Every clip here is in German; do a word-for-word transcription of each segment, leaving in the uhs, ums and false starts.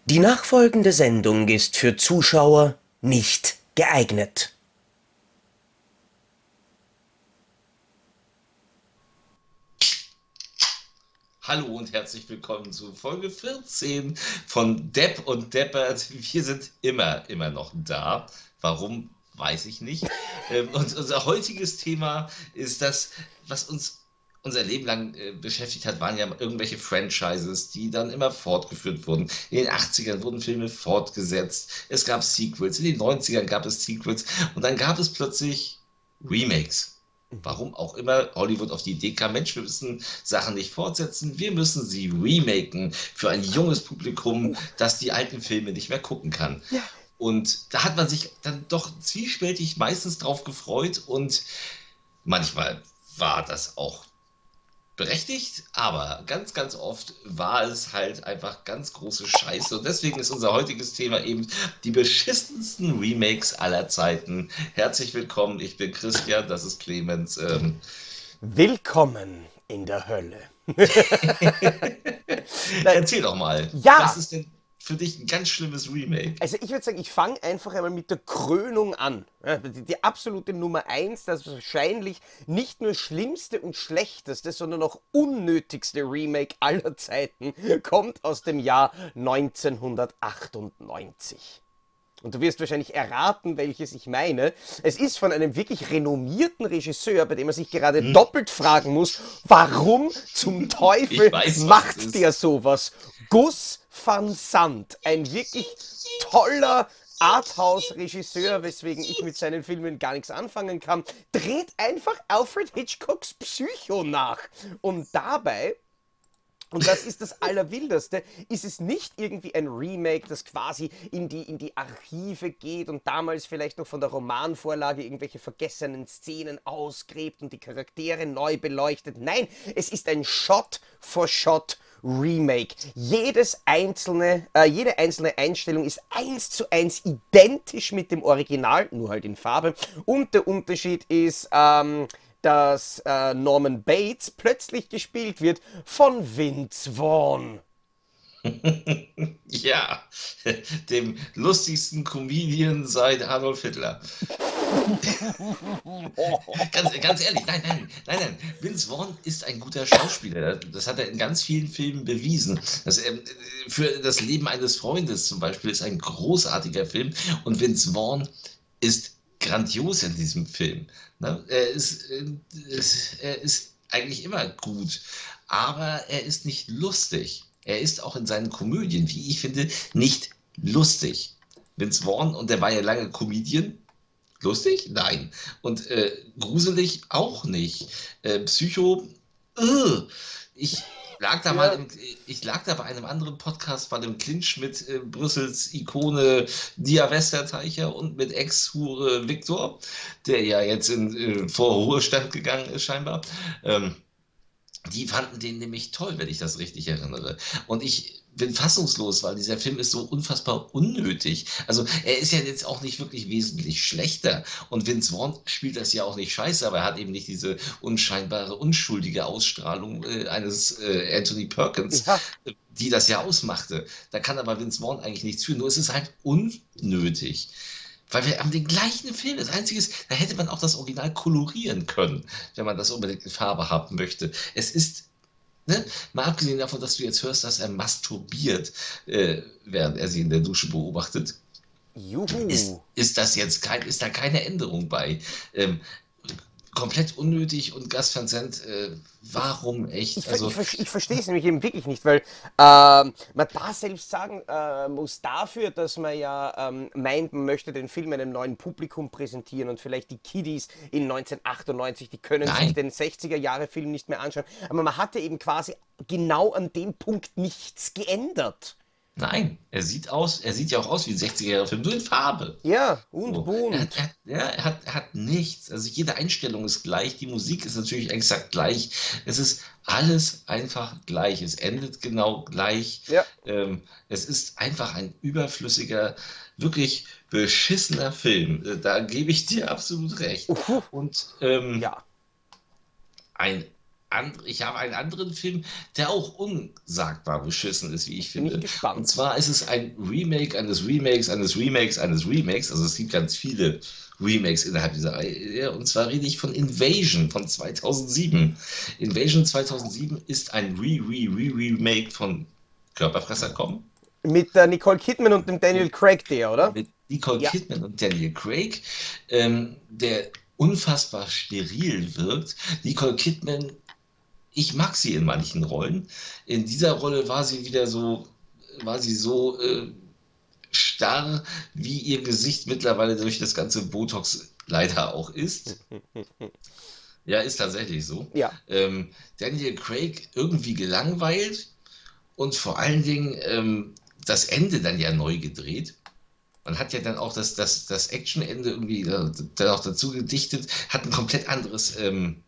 Die nachfolgende Sendung ist für Zuschauer nicht geeignet. Hallo und herzlich willkommen zu Folge vierzehn von Depp und Deppert. Wir sind immer, immer noch da. Warum, weiß ich nicht. Ähm, Und unser heutiges Thema ist das, was uns unser Leben lang äh, beschäftigt hat, waren ja irgendwelche Franchises, die dann immer fortgeführt wurden. In den achtzigern wurden Filme fortgesetzt. Es gab Sequels. In den neunzigern gab es Sequels. Und dann gab es plötzlich Remakes. Mhm. Warum auch immer Hollywood auf die Idee kam, Mensch, wir müssen Sachen nicht fortsetzen, wir müssen sie remaken für ein junges Publikum, Oh, das die alten Filme nicht mehr gucken kann. ja. Und da hat man sich dann doch zwiespältig meistens drauf gefreut und manchmal war das auch berechtigt, aber ganz, ganz oft war es halt einfach ganz große Scheiße. Und deswegen ist unser heutiges Thema eben die beschissensten Remakes aller Zeiten. Herzlich willkommen, ich bin Christian, das ist Clemens. Ähm, Willkommen in der Hölle. Nein, Erzähl doch mal, was ja, ist denn für dich ein ganz schlimmes Remake? also ich würde sagen, ich fange einfach einmal mit der Krönung an. Ja, Die, die absolute Nummer eins, das wahrscheinlich nicht nur schlimmste und schlechteste, sondern auch unnötigste Remake aller Zeiten, kommt aus dem Jahr neunzehnhundertachtundneunzig. Und du wirst wahrscheinlich erraten, welches ich meine. Es ist von einem wirklich renommierten Regisseur, bei dem man sich gerade Hm? doppelt fragen muss, warum zum Ich Teufel weiß, was es macht der ist. sowas? Gus van Sant, ein wirklich toller Arthouse-Regisseur, weswegen ich mit seinen Filmen gar nichts anfangen kann, dreht einfach Alfred Hitchcocks Psycho nach. Und dabei, und das ist das Allerwildeste, ist es nicht irgendwie ein Remake, das quasi in die, in die Archive geht und damals vielleicht noch von der Romanvorlage irgendwelche vergessenen Szenen ausgräbt und die Charaktere neu beleuchtet. Nein, es ist ein Shot-for-Shot Remake. Jedes einzelne, äh, jede einzelne Einstellung ist eins zu eins identisch mit dem Original, nur halt in Farbe. Und der Unterschied ist, ähm, dass äh, Norman Bates plötzlich gespielt wird von Vince Vaughn. Ja, dem lustigsten Comedian seit Adolf Hitler. Ganz, ganz ehrlich, nein, nein, nein, nein. Vince Vaughn ist ein guter Schauspieler. Das hat er in ganz vielen Filmen bewiesen. Das, ähm, für das Leben eines Freundes zum Beispiel ist ein großartiger Film und Vince Vaughn ist grandios in diesem Film. Ne? Er ist, äh, ist, er ist eigentlich immer gut, aber er ist nicht lustig. Er ist auch in seinen Komödien, wie ich finde, nicht lustig. Vince Vaughn, und der war ja lange Comedian, lustig? Nein. Und äh, gruselig auch nicht. Äh, Psycho, äh, ich lag da mal Ja, im, ich lag da bei einem anderen Podcast, bei dem Clinch mit äh, Brüssels Ikone Dia Westerteicher und mit Ex-Hure Viktor, der ja jetzt in äh, vor Ruhestand gegangen ist, scheinbar. Ähm, die fanden den nämlich toll, wenn ich das richtig erinnere. Und ich bin fassungslos, weil dieser Film ist so unfassbar unnötig. Also er ist ja jetzt auch nicht wirklich wesentlich schlechter. Und Vince Vaughn spielt das ja auch nicht scheiße, aber er hat eben nicht diese unscheinbare, unschuldige Ausstrahlung äh, eines äh, Anthony Perkins, ja, äh, die das ja ausmachte. Da kann aber Vince Vaughn eigentlich nichts für. Nur es ist halt unnötig. Weil wir haben den gleichen Film. Das Einzige ist, da hätte man auch das Original kolorieren können, wenn man das unbedingt in Farbe haben möchte. Es ist, ne, mal abgesehen davon, dass du jetzt hörst, dass er masturbiert, äh, während er sie in der Dusche beobachtet, ist, juhu. ist das jetzt kein, ist da keine Änderung bei. Ähm, komplett unnötig und Gus Van Sant, äh, warum Ich, echt? ver- ich, Also, ver- ich verstehe es nämlich eben wirklich nicht, weil ähm, man da selbst sagen äh, muss dafür, dass man ja ähm, meint, man möchte den Film einem neuen Publikum präsentieren und vielleicht die Kiddies in neunzehnhundertachtundneunzig, die können sich nein. den sechziger-Jahre-Film nicht mehr anschauen. Aber man hatte eben quasi genau an dem Punkt nichts geändert. Nein, er sieht aus, er sieht ja auch aus wie ein sechziger-Jahre-Film, nur in Farbe. Ja, und So. Er hat, er bunt. hat, ja, er hat, er hat nichts. Also jede Einstellung ist gleich, die Musik ist natürlich exakt gleich. Es ist alles einfach gleich. Es endet genau gleich. Ja. Ähm, es ist einfach ein überflüssiger, wirklich beschissener Film. Äh, Da gebe ich dir absolut recht. Uhu. Und ähm, Ja. ein and, ich habe einen anderen Film, der auch unsagbar beschissen ist, wie ich Bin ich finde. Und gespannt. zwar ist es ein Remake eines Remakes, eines Remakes, eines Remakes. Also es gibt ganz viele Remakes innerhalb dieser Reihe. Und zwar rede ich von Invasion von zweitausendsieben. Invasion zweitausendsieben ist ein Re-Re-Re-Remake von Körperfresser kommen. Mit der Nicole Kidman und dem Daniel Craig, der, oder? Mit Nicole Ja. Kidman und Daniel Craig, ähm, der unfassbar steril wirkt. Nicole Kidman, ich mag sie in manchen Rollen. In dieser Rolle war sie wieder so, war sie so äh, starr, wie ihr Gesicht mittlerweile durch das ganze Botox leider auch ist. Ja, ist tatsächlich so. Ja. Ähm, Daniel Craig irgendwie gelangweilt und vor allen Dingen ähm, das Ende dann ja neu gedreht. Man hat ja dann auch das, das, das Action-Ende irgendwie äh, dann auch dazu gedichtet, hat ein komplett anderes, ähm,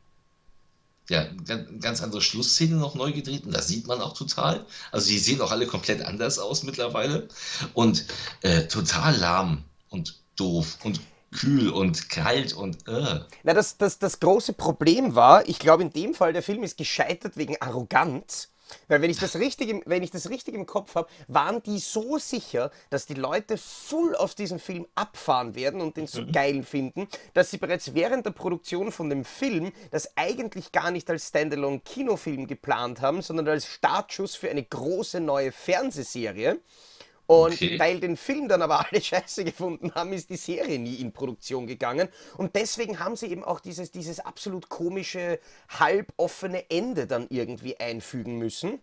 ja, ganz, ganz andere Schlussszene noch neu gedreht und das sieht man auch total. Also die sehen auch alle komplett anders aus mittlerweile und äh, total lahm und doof und kühl und kalt und äh. Na, das, das, das große Problem war, ich glaube in dem Fall, der Film ist gescheitert wegen Arroganz. Weil wenn ich das richtig im, wenn ich das richtig im Kopf habe, waren die so sicher, dass die Leute full auf diesen Film abfahren werden und den so Mhm. geil finden, dass sie bereits während der Produktion von dem Film das eigentlich gar nicht als Standalone-Kinofilm geplant haben, sondern als Startschuss für eine große neue Fernsehserie. Und Okay. weil den Film dann aber alle scheiße gefunden haben, ist die Serie nie in Produktion gegangen. Und deswegen haben sie eben auch dieses, dieses absolut komische, halboffene Ende dann irgendwie einfügen müssen.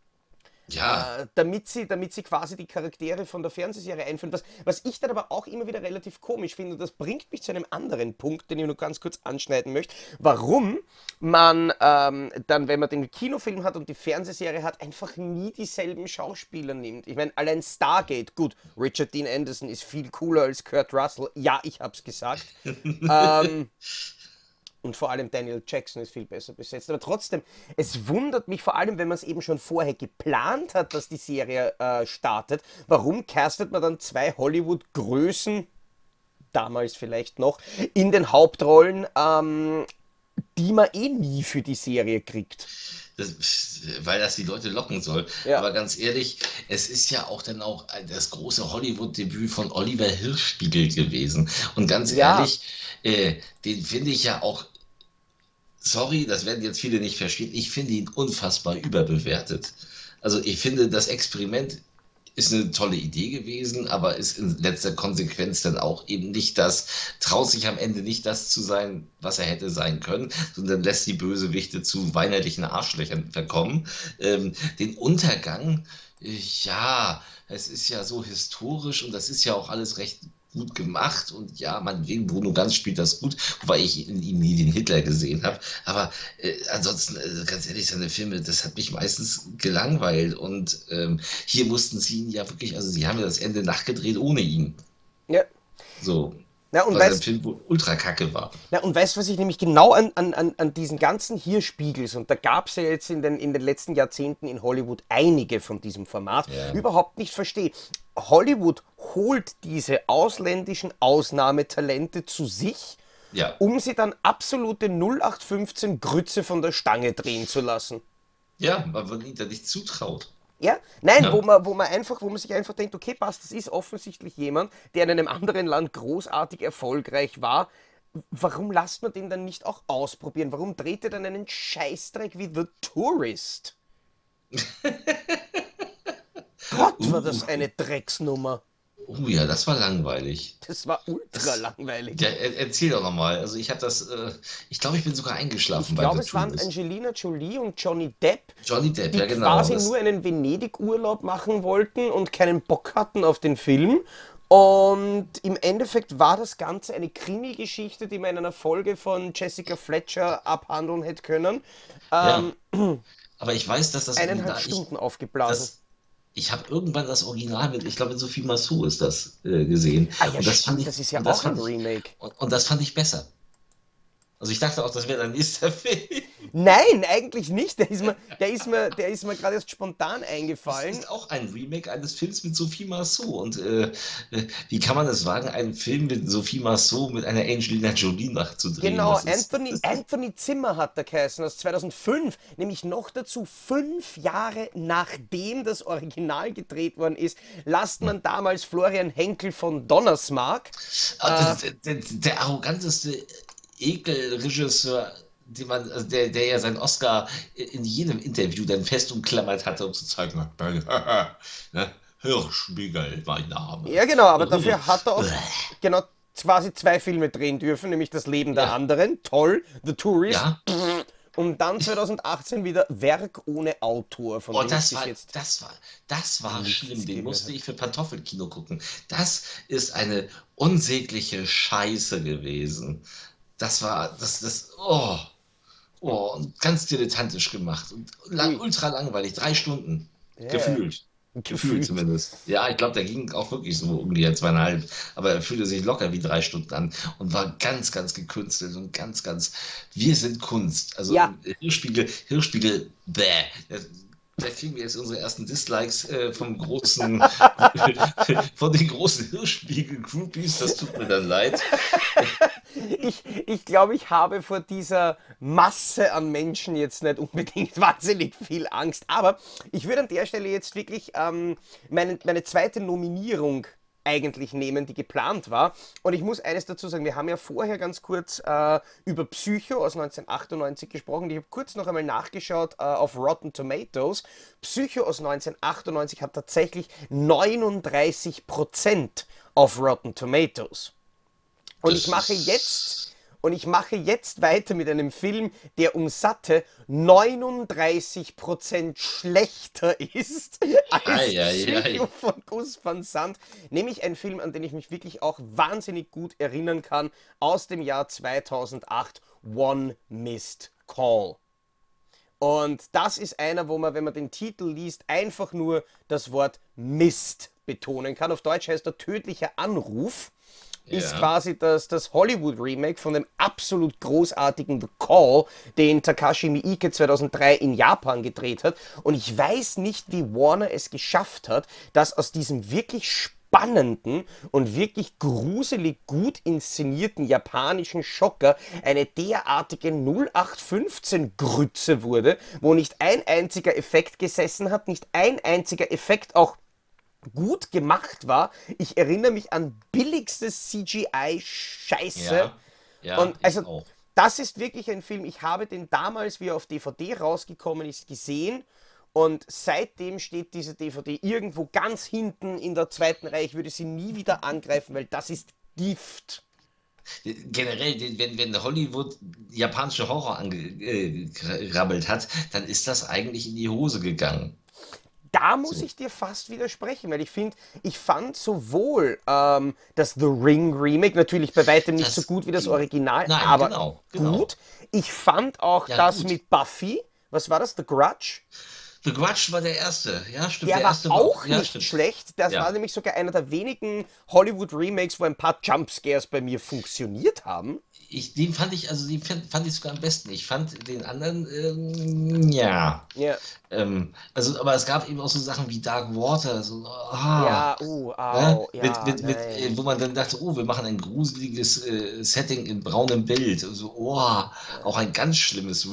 Ja, Äh, damit, sie, damit sie quasi die Charaktere von der Fernsehserie einführen. Was, was ich dann aber auch immer wieder relativ komisch finde, und das bringt mich zu einem anderen Punkt, den ich nur ganz kurz anschneiden möchte, warum man ähm, dann, wenn man den Kinofilm hat und die Fernsehserie hat, einfach nie dieselben Schauspieler nimmt. Ich meine, allein Stargate, gut, Richard Dean Anderson ist viel cooler als Kurt Russell, ja, ich hab's gesagt. Ähm, und vor allem Daniel Jackson ist viel besser besetzt. Aber trotzdem, es wundert mich vor allem, wenn man es eben schon vorher geplant hat, dass die Serie äh, startet. Warum castet man dann zwei Hollywood-Größen, damals vielleicht noch, in den Hauptrollen, ähm, die man eh nie für die Serie kriegt? das, weil das die Leute locken soll. Ja. Aber ganz ehrlich, es ist ja auch dann auch das große Hollywood-Debüt von Oliver Hirschbiegel gewesen. Und ganz Ja, ehrlich, äh, den finde ich ja auch, sorry, das werden jetzt viele nicht verstehen, ich finde ihn unfassbar überbewertet. Also ich finde, das Experiment ist eine tolle Idee gewesen, aber ist in letzter Konsequenz dann auch eben nicht das, traut sich am Ende nicht das zu sein, was er hätte sein können, sondern lässt die Bösewichte zu weinerlichen Arschlöchern verkommen. Ähm, den Untergang, äh, ja, es ist ja so historisch und das ist ja auch alles recht gut gemacht und ja, meinetwegen Bruno Ganz spielt das gut, wobei ich in ihm nie den Hitler gesehen habe. Aber äh, ansonsten, äh, ganz ehrlich, seine Filme, das hat mich meistens gelangweilt und ähm, hier mussten sie ihn ja wirklich, also sie haben ja das Ende nachgedreht ohne ihn. ja. So, Na, und was ein weißt, Film wohl ultra kacke war. Na, und weißt du, was ich nämlich genau an, an, an, an diesen ganzen Hirspiegels, und da gab es ja jetzt in den, in den letzten Jahrzehnten in Hollywood einige von diesem Format, Ja, überhaupt nicht verstehe. Hollywood holt diese ausländischen Ausnahmetalente zu sich, ja, um sie dann absolute null acht fünfzehn Grütze von der Stange drehen zu lassen. ja, weil man ihnen da nicht zutraut. Ja, nein, wo Ja, man, wo man einfach, wo man sich einfach denkt, okay, passt, das ist offensichtlich jemand, der in einem anderen Land großartig erfolgreich war. Warum lasst man den dann nicht auch ausprobieren? Warum dreht er dann einen Scheißdreck wie The Tourist? Gott, war das uh, eine Drecksnummer. uh, ja, das war langweilig. Das war ultra Das, langweilig. ja, er, erzähl doch nochmal. Also ich habe das, äh, ich glaube, ich bin sogar Ich eingeschlafen bei The glaube, es waren Tourist. Angelina Jolie und Johnny Depp, Johnny Depp, die ja genau. quasi nur Das, einen Venedig-Urlaub machen wollten und keinen Bock hatten auf den Film. Und im Endeffekt war das Ganze eine Krimi-Geschichte, die man in einer Folge von Jessica Fletcher abhandeln hätte können. ja, Ähm, aber ich weiß, dass das eineinhalb Original, ich, Stunden aufgeblasen. das, ich habe irgendwann das Original mit, ich glaube, in Sophie Massot ist das äh, gesehen. Ah ja, Und das fand stimmt, ich, das ist ja und das auch ein fand ich, Remake. und, und das fand ich besser. Also ich dachte auch, das wäre dein nächster Film. Nein, eigentlich nicht. Der ist mir, der ist mir, der ist mir gerade erst spontan Das eingefallen. ist auch ein Remake eines Films mit Sophie Marceau. Und äh, äh, wie kann man es wagen, einen Film mit Sophie Marceau mit einer Angelina Jolie nachzudrehen? Genau, Das ist, Anthony, das ist Anthony Zimmer hat der geheißen, aus zweitausendfünf, nämlich noch dazu fünf Jahre nachdem das Original gedreht worden ist, lasst man damals Florian Henkel von Donnersmarck. ah, Äh, das, der, der, der arroganteste Ekelregisseur, den man, also der, der ja seinen Oscar in jedem Interview dann fest umklammert hatte, um zu zeigen, ne, Hirschbiegel, mein Name. ja, genau, aber dafür hat er auch genau quasi zwei Filme drehen dürfen, nämlich Das Leben der Ja, anderen, toll, The Tourist, ja. und dann zweitausendachtzehn wieder Werk ohne Autor, von Oh, dem ich das bis war, jetzt das war, das war schlimm. nichts Den gehört musste habe. ich für Pantoffelkino gucken. Das ist eine unsägliche Scheiße gewesen. Das war, das, das, oh, oh, und ganz dilettantisch gemacht und lang, Ui, ultra langweilig. Drei Stunden. ja, Gefühlt. Gefühlt gefühlt. zumindest. Ja, ich glaube, der ging auch wirklich so um die zweieinhalb, aber er fühlte sich locker wie drei Stunden an und war ganz, ganz gekünstelt und ganz, ganz, wir sind Kunst. Also Ja, Hirschspiegel, Hirschspiegel, bäh. Da kriegen wir jetzt unsere ersten Dislikes äh, vom großen, von den großen Hirschspiegel-Groupies. Das tut mir dann leid. ich, ich glaube, ich habe vor dieser Masse an Menschen jetzt nicht unbedingt wahnsinnig viel Angst. Aber ich würde an der Stelle jetzt wirklich ähm, meine, meine zweite Nominierung eigentlich nehmen, die geplant war. Und ich muss eines dazu sagen, wir haben ja vorher ganz kurz äh, über Psycho aus neunzehnhundertachtundneunzig gesprochen. Ich habe kurz noch einmal nachgeschaut äh, auf Rotten Tomatoes. Psycho aus neunzehnhundertachtundneunzig hat tatsächlich neununddreißig Prozent auf Rotten Tomatoes. Und ich Das mache jetzt ist. und ich mache jetzt weiter mit einem Film, der um satte neununddreißig Prozent schlechter ist als Psycho Eieiei. von Gus Van Sant. Nämlich ein Film, an den ich mich wirklich auch wahnsinnig gut erinnern kann, aus dem Jahr zweitausendacht, One Missed Call. Und das ist einer, wo man, wenn man den Titel liest, einfach nur das Wort Mist betonen kann. Auf Deutsch heißt er tödlicher Anruf, ist Ja. quasi das, das Hollywood-Remake von dem absolut großartigen The Call, den Takashi Miike zweitausenddrei in Japan gedreht hat. Und ich weiß nicht, wie Warner es geschafft hat, dass aus diesem wirklich spannenden und wirklich gruselig gut inszenierten japanischen Schocker eine derartige null acht fünfzehn Grütze wurde, wo nicht ein einziger Effekt gesessen hat, nicht ein einziger Effekt auch gut gemacht war. Ich erinnere mich an billigstes C G I-Scheiße. Ja. Ja, Und ich also, auch. das ist wirklich ein Film, ich habe den damals, wie er auf D V D rausgekommen ist, gesehen. Und seitdem steht diese D V D irgendwo ganz hinten in der zweiten Reihe. Ich würde sie nie wieder angreifen, weil das ist Gift. Generell, den- wenn, wenn Hollywood japanische Horror angegrabbelt hat, dann ist das eigentlich in die Hose gegangen. Da muss So. ich dir fast widersprechen, weil ich finde, ich fand sowohl ähm, das The Ring Remake natürlich bei weitem nicht so Das gut wie das ging. Original, Nein, aber genau, gut. genau. Ich fand auch Ja, das gut. mit Buffy, was war das, The Grudge? The Grudge war der erste. Ja, stimmt. Der Der war erste war. auch Ja, nicht stimmt. schlecht. Das war Ja. nämlich sogar einer der wenigen Hollywood-Remakes, wo ein paar Jumpscares bei mir funktioniert haben. Ich, den fand ich, also den fand, fand ich sogar am besten. Ich fand den anderen, ähm, ja. Ja, Ähm, also, aber es gab eben auch so Sachen wie Dark Water, so, ah, ja, uh, ne? au, Mit, ja, mit, mit, nein. äh, wo man dann dachte, oh, wir machen ein gruseliges äh, Setting in braunem Bild. Also, oh, auch ein ganz schlimmes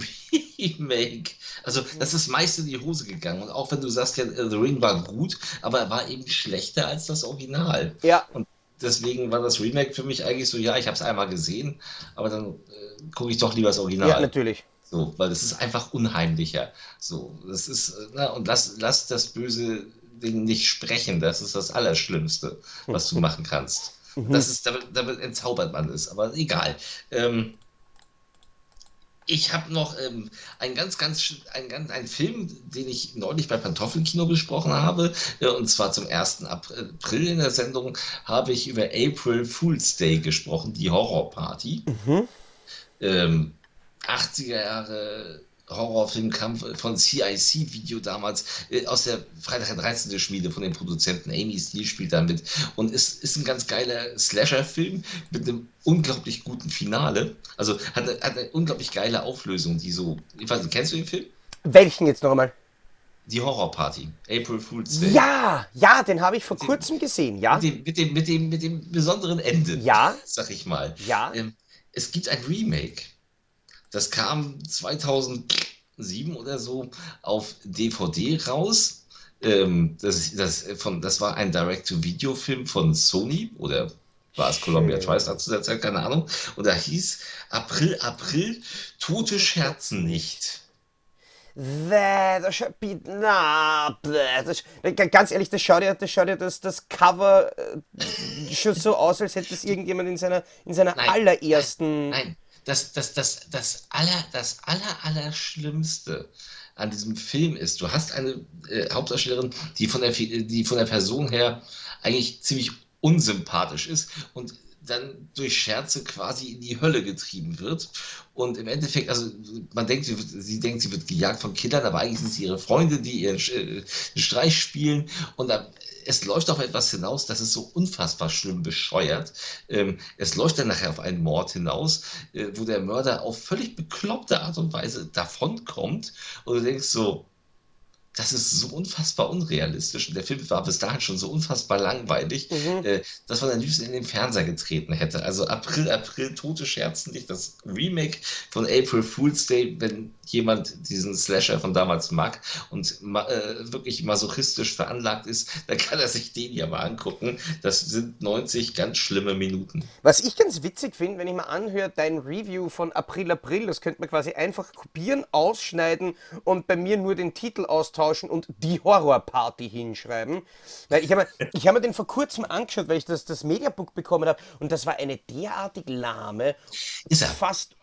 Remake. Also, das ist meist in die Hose gegangen. Und auch wenn du sagst, ja, äh, The Ring war gut, aber er war eben schlechter als das Original. Ja, Und deswegen war das Remake für mich eigentlich so, ja, ich habe es einmal gesehen, aber dann äh, gucke ich doch lieber das ja, Original. natürlich. So, weil das ist einfach unheimlicher. So, das ist, äh, na, und lass, lass das böse Ding nicht sprechen. Das ist das Allerschlimmste, was du machen kannst. Mhm. Das ist, damit, damit entzaubert man es, aber egal. Ähm, ich habe noch ähm, einen ganz, ganz, sch- ein, ganz, einen Film, den ich neulich bei Pantoffelkino besprochen habe, äh, und zwar zum ersten April in der Sendung habe ich über April Fool's Day gesprochen, die Horrorparty. Mhm. Ähm, achtziger Jahre Horrorfilm kam von C I C-Video damals äh, aus der Freitag der dreizehnte. Schmiede von den Produzenten. Amy Steele spielt da mit und ist, ist ein ganz geiler Slasher-Film mit einem unglaublich guten Finale. Also hat, eine- hat eine unglaublich geile Auflösung, die so. Ich weiß nicht, kennst du den Film? Welchen jetzt noch einmal? Die Horrorparty. April Fool's Day. Ja, ja, den habe ich vor Mit dem, kurzem gesehen, mit ja. dem, mit dem, mit dem, mit dem besonderen Ende, Ja, sag ich mal. ja. Ähm, es gibt ein Remake. Das kam zweitausendsieben oder so auf D V D raus. Ähm, das, das, von, das war ein Direct-to-Video-Film von Sony oder war es Columbia Schön. TriStar zu der Zeit, keine Ahnung. Und da hieß April, April, Tote Tote scherzen scherzen nicht. nicht. Bäh, das schaut, na, bäh, das, ganz ehrlich, das schaut ja, das schaut ja das, das Cover äh, schon so aus, als hätte es Du, irgendjemand in seiner, in seiner nein, nein, allerersten. nein. Das, das, das, das, aller, das aller, Allerschlimmste an diesem Film ist, du hast eine äh, Hauptdarstellerin, die von der, Fi- die von der Person her eigentlich ziemlich unsympathisch ist und dann durch Scherze quasi in die Hölle getrieben wird. Und im Endeffekt, also man denkt, sie, wird, sie denkt, sie wird gejagt von Killern, aber eigentlich sind es ihre Freunde, die ihren Sch- äh, Streich spielen. Und dann, es läuft auf etwas hinaus, das ist so unfassbar schlimm bescheuert. Ähm, es läuft dann nachher auf einen Mord hinaus, äh, wo der Mörder auf völlig bekloppte Art und Weise davonkommt. Und du denkst so, das ist so unfassbar unrealistisch. Und der Film war bis dahin schon so unfassbar langweilig, Mhm. äh, dass man am liebsten in den Fernseher getreten hätte. Also April, April, Tote scherzen nicht. Das Remake von April Fool's Day, wenn jemand diesen Slasher von damals mag und ma äh, wirklich masochistisch veranlagt ist, dann kann er sich den ja mal angucken. Das sind neunzig ganz schlimme Minuten. Was ich ganz witzig finde, wenn ich mir anhöre, dein Review von April April, das könnte man quasi einfach kopieren, ausschneiden und bei mir nur den Titel austauschen und die Horrorparty hinschreiben. Weil ich habe mir, ich hab mir den vor kurzem angeschaut, weil ich das, das Mediabook bekommen habe und das war eine derartig lahme, Ist er? fast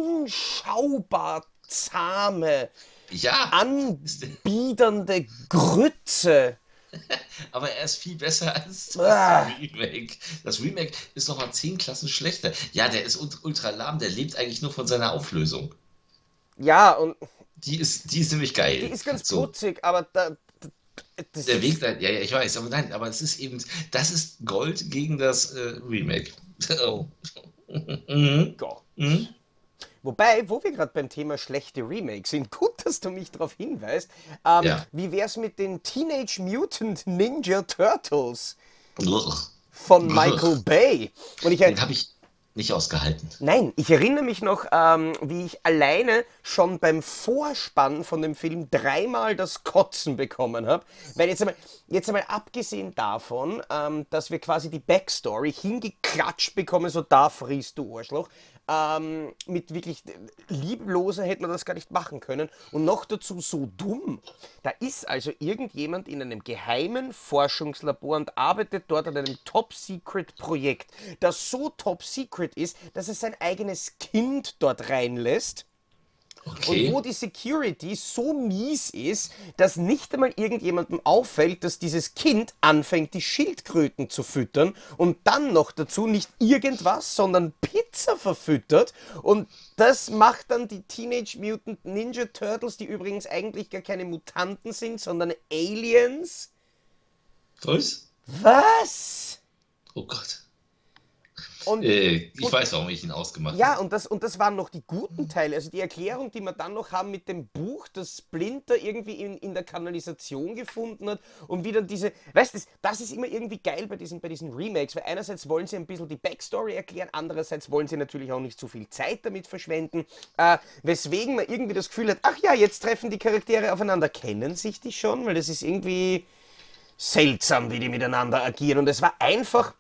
unschaubar zahme, Ja. Ist, anbiedernde Grütze. aber er ist viel besser als das Ah, Remake. Das Remake ist noch mal zehn Klassen schlechter. Ja, der ist ultra lahm, der lebt eigentlich nur von seiner Auflösung. ja, und Die ist, die ist nämlich die geil. ist ganz So, putzig, aber da, das der Weg, ist. da, ja, ja, ich weiß, aber nein, aber es ist eben, das ist Gold gegen das äh, Remake. Oh. Oh Mhm. Mhm. Gott. Wobei, wo wir gerade beim Thema schlechte Remakes sind, gut, dass du mich darauf hinweist. Ähm, Ja. wie wär's mit den Teenage Mutant Ninja Turtles Ugh. von Michael Ugh. Bay? Und ich, er- Den habe ich nicht ausgehalten. nein, ich erinnere mich noch, ähm, wie ich alleine schon beim Vorspann von dem Film dreimal das Kotzen bekommen habe. Weil jetzt einmal, jetzt einmal abgesehen davon, ähm, dass wir quasi die Backstory hingeklatscht bekommen, so da friest du Arschloch. Ähm, mit wirklich liebloser hätte man das gar nicht machen können. Und noch dazu so dumm. Da ist also irgendjemand in einem geheimen Forschungslabor und arbeitet dort an einem Top-Secret-Projekt, das so Top-Secret ist, dass es sein eigenes Kind dort reinlässt und wo Okay. die Security so mies ist, dass nicht einmal irgendjemandem auffällt, dass dieses Kind anfängt, die Schildkröten zu füttern und dann noch dazu nicht irgendwas, sondern Pizza verfüttert. Und das macht dann die Teenage Mutant Ninja Turtles, die übrigens eigentlich gar keine Mutanten sind, sondern Aliens. Was? Was? Oh Gott. Und, Äh, ich und weiß, warum ich ihn ausgemacht Ja, habe. und das, und das waren noch die guten Teile. Also die Erklärung, die wir dann noch haben mit dem Buch, das Splinter irgendwie in, in der Kanalisation gefunden hat und wie dann diese, weißt du, das, das ist immer irgendwie geil bei diesen, bei diesen Remakes, weil einerseits wollen sie ein bisschen die Backstory erklären, andererseits wollen sie natürlich auch nicht zu viel Zeit damit verschwenden, äh, weswegen man irgendwie das Gefühl hat, ach ja, jetzt treffen die Charaktere aufeinander, kennen sich die schon, weil das ist irgendwie seltsam, wie die miteinander agieren und es war einfach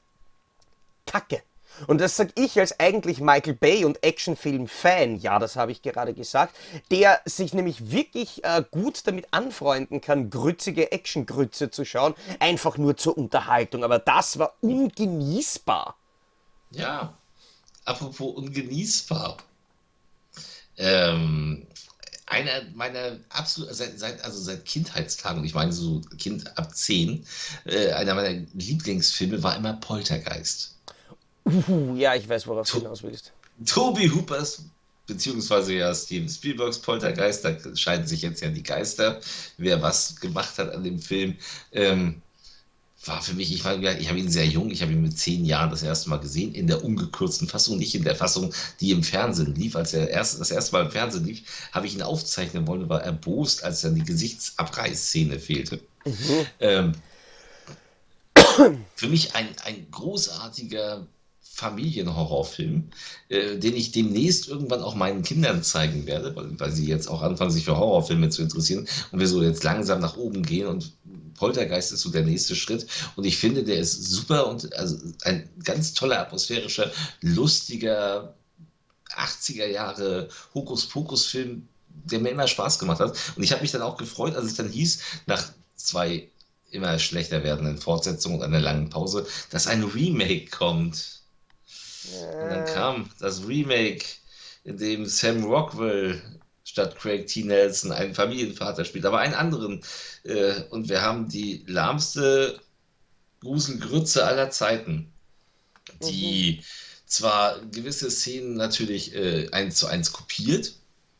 Kacke. Und das sage ich als eigentlich Michael Bay und Actionfilm-Fan, ja, das habe ich gerade gesagt, der sich nämlich wirklich äh, gut damit anfreunden kann, grützige Actiongrütze zu schauen, einfach nur zur Unterhaltung. Aber das war ungenießbar. Ja, apropos ungenießbar. Ähm, einer meiner absolut, seit, seit, also seit Kindheitstagen, ich meine so Kind ab zehn, äh, einer meiner Lieblingsfilme war immer Poltergeist. Uh, ja, ich weiß, worauf du To hinaus willst. Toby Hoopers beziehungsweise ja Steven Spielbergs Poltergeist, da scheiden sich jetzt ja die Geister, wer was gemacht hat an dem Film. Ähm, war für mich, ich war, ich habe ihn sehr jung, ich habe ihn mit zehn Jahren das erste Mal gesehen, in der ungekürzten Fassung, nicht in der Fassung, die im Fernsehen lief. Als er erst, das erste Mal im Fernsehen lief, habe ich ihn aufzeichnen wollen und war erbost, als dann die Gesichtsabreißszene fehlte. Mhm. Ähm, für mich ein, ein großartiger Familienhorrorfilm, äh, den ich demnächst irgendwann auch meinen Kindern zeigen werde, weil, weil sie jetzt auch anfangen, sich für Horrorfilme zu interessieren und wir so jetzt langsam nach oben gehen und Poltergeist ist so der nächste Schritt und ich finde, der ist super und also ein ganz toller atmosphärischer, lustiger achtziger Jahre Hokuspokus-Film, der mir immer Spaß gemacht hat. Und ich habe mich dann auch gefreut, als es dann hieß, nach zwei immer schlechter werdenden Fortsetzungen und einer langen Pause, dass ein Remake kommt. Und dann Äh, kam das Remake, in dem Sam Rockwell statt Craig T. Nelson einen Familienvater spielt, aber einen anderen. Äh, und wir haben die lahmste Gruselgrütze aller Zeiten, mhm. die zwar gewisse Szenen natürlich äh, eins zu eins kopiert,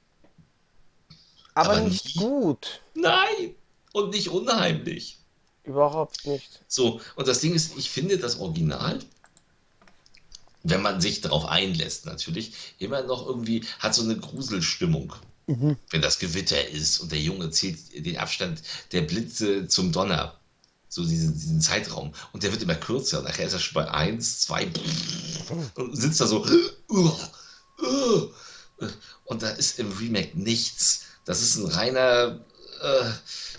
Aber aber nicht nie, gut. nein, und nicht unheimlich. Überhaupt nicht. So, und das Ding ist, ich finde das Original, wenn man sich darauf einlässt, natürlich, immer noch irgendwie, hat so eine Gruselstimmung. Mhm. Wenn das Gewitter ist und der Junge zählt den Abstand der Blitze zum Donner. So diesen, diesen Zeitraum. Und der wird immer kürzer. Nachher ist er schon bei eins, zwei und sitzt da so. Und da ist im Remake nichts. Das ist ein reiner äh,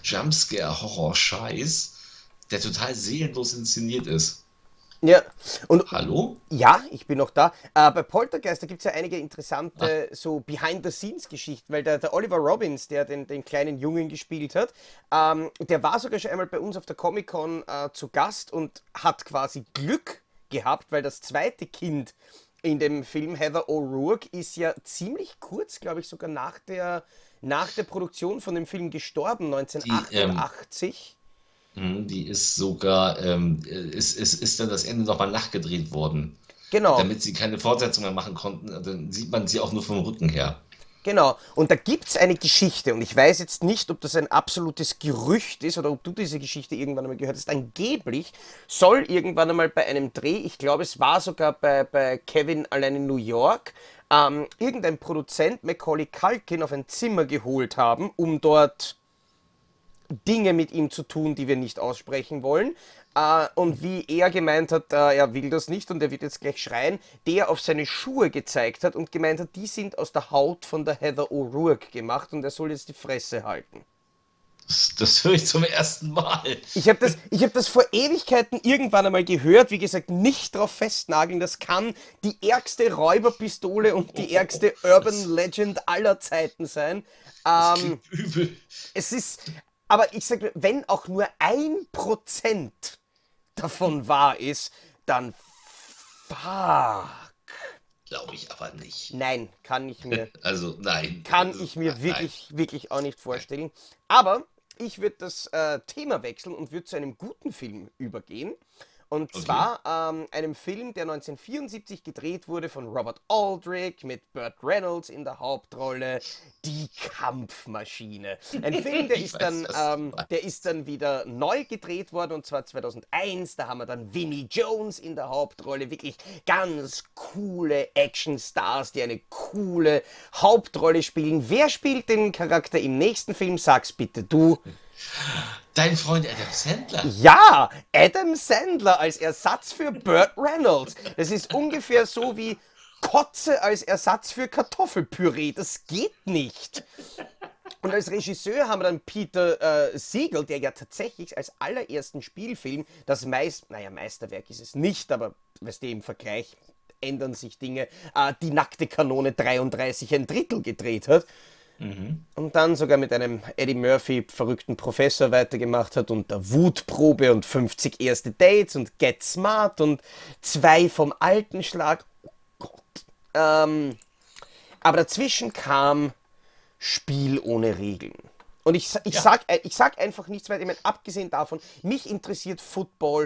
Jumpscare-Horror-Scheiß, der total seelenlos inszeniert ist. Ja, und Hallo? ja, ich bin noch da. Äh, bei Poltergeist, da gibt es ja einige Ah, interessante so Behind-the-Scenes-Geschichten, weil der, der Oliver Robbins, der den, den kleinen Jungen gespielt hat, ähm, der war sogar schon einmal bei uns auf der Comic-Con äh, zu Gast und hat quasi Glück gehabt, weil das zweite Kind in dem Film, Heather O'Rourke, ist ja ziemlich kurz, glaube ich, sogar nach der, nach der Produktion von dem Film gestorben, die, ähm, neunzehnhundertachtundachtzig. mh, die ist sogar, ähm, ist, ist, ist dann das Ende nochmal nachgedreht worden. Genau. Damit sie keine Fortsetzung mehr machen konnten, dann sieht man sie auch nur vom Rücken her. Genau, und da gibt es eine Geschichte, und ich weiß jetzt nicht, ob das ein absolutes Gerücht ist oder ob du diese Geschichte irgendwann einmal gehört hast. Angeblich soll irgendwann einmal bei einem Dreh, ich glaube, es war sogar bei, bei Kevin allein in New York, ähm, irgendein Produzent Macaulay Culkin auf ein Zimmer geholt haben, um dort Dinge mit ihm zu tun, die wir nicht aussprechen wollen. Äh, und wie er gemeint hat, äh, er will das nicht und er wird jetzt gleich schreien, der auf seine Schuhe gezeigt hat und gemeint hat, die sind aus der Haut von der Heather O'Rourke gemacht und er soll jetzt die Fresse halten. Das, das höre ich zum ersten Mal. Ich habe das, ich hab das vor Ewigkeiten irgendwann einmal gehört. Wie gesagt, nicht drauf festnageln. Das kann die ärgste Räuberpistole und die ärgste Urban Das, Legend aller Zeiten sein. das Ähm, klingt übel. es ist, aber ich sage, wenn auch nur ein Prozent davon wahr ist, dann fuck. Glaube ich aber nicht. Nein, kann ich mir, Also nein. kann Also, ich mir nein. wirklich, wirklich auch nicht Nein. vorstellen. Aber ich würde das äh, Thema wechseln und würde zu einem guten Film übergehen. Und Okay. zwar ähm, einem Film, der neunzehnhundertvierundsiebzig gedreht wurde von Robert Aldrich mit Burt Reynolds in der Hauptrolle, Die Kampfmaschine. Ein Film, der Ich ist weiß, dann, was du ähm, der ist meinst. dann wieder neu gedreht worden und zwar zweitausendeins. Da haben wir dann Vinnie Jones in der Hauptrolle. Wirklich ganz coole Actionstars, die eine coole Hauptrolle spielen. Wer spielt den Charakter im nächsten Film? Sag's bitte du. Dein Freund Adam Sandler. Ja, Adam Sandler als Ersatz für Burt Reynolds. Das ist ungefähr so wie Kotze als Ersatz für Kartoffelpüree. Das geht nicht. Und als Regisseur haben wir dann Peter äh, Siegel, der ja tatsächlich als allerersten Spielfilm das meist, naja, Meisterwerk ist es nicht, aber weißt du, im Vergleich ändern sich Dinge, äh, die nackte Kanone dreiunddreißig ein Drittel gedreht hat. Mhm. Und dann sogar mit einem Eddie Murphy verrückten Professor weitergemacht hat und der Wutprobe und fünfzig erste Dates und Get Smart und zwei vom alten Schlag. Oh Gott. Ähm, aber dazwischen kam Spiel ohne Regeln. Und ich, ich, Ja. sag, ich sag einfach nichts mehr, ich meine, abgesehen davon, mich interessiert Football